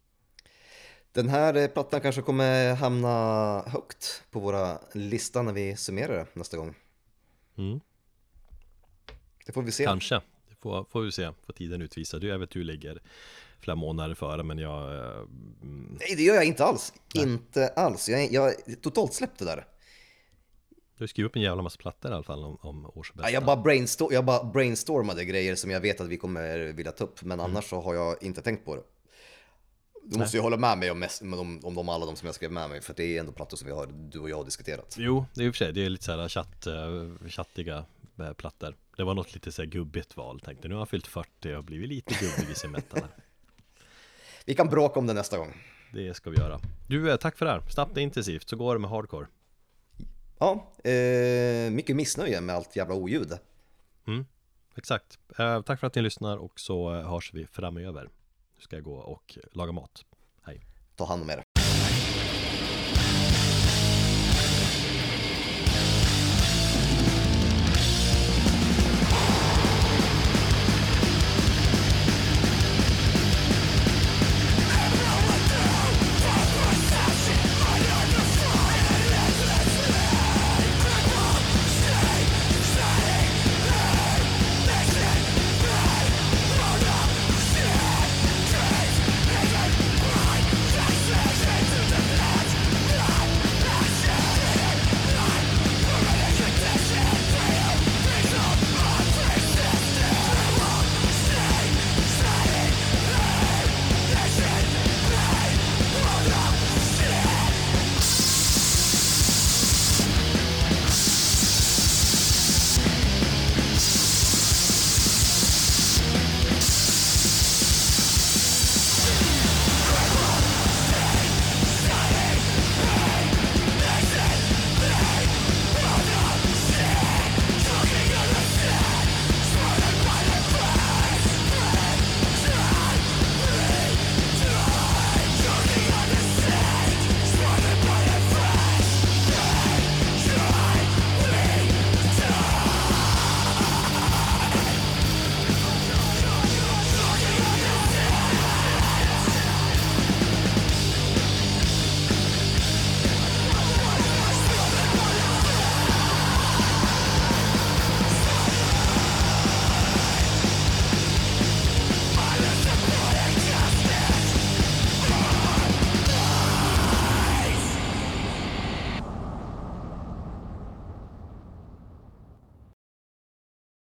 Den här plattan kanske kommer hamna högt på våra lista när vi summerar det nästa gång. Mm. Det får vi se. Kanske. Det får, får vi se vad tiden utvisar. Du, jag vet du ligger flera månader före, men jag... Mm... Nej, det gör jag inte alls. Nej. Inte alls. Jag, jag totalt släppte det där. Du har skrivit upp en jävla massa plattor i alla fall om, om årsbästa. Ja, jag, bara brainstorm, jag bara brainstormade grejer som jag vet att vi kommer vilja ta upp. Men mm. annars så har jag inte tänkt på det. Du måste ju hålla med mig om, mest, om, om de, alla de som jag skrev med mig. För det är ändå plattor som vi har, du och jag har diskuterat. Jo, det är ju för sig. Det är lite så här chatt, chattiga plattor. Det var något lite så här gubbigt val. Tänkte nu har jag fyllt fyrtio och blivit lite gubbig i sin metal. Vi kan bråka om det nästa gång. Det ska vi göra. Du, tack för det här. Snabbt och intensivt. Så går det med hardcore. Ja, eh, mycket missnöje med allt jävla oljud. Mm. exakt. Eh, tack för att ni lyssnar och så eh, hörs vi framöver. Nu ska jag gå och laga mat. Hej. Ta hand om er.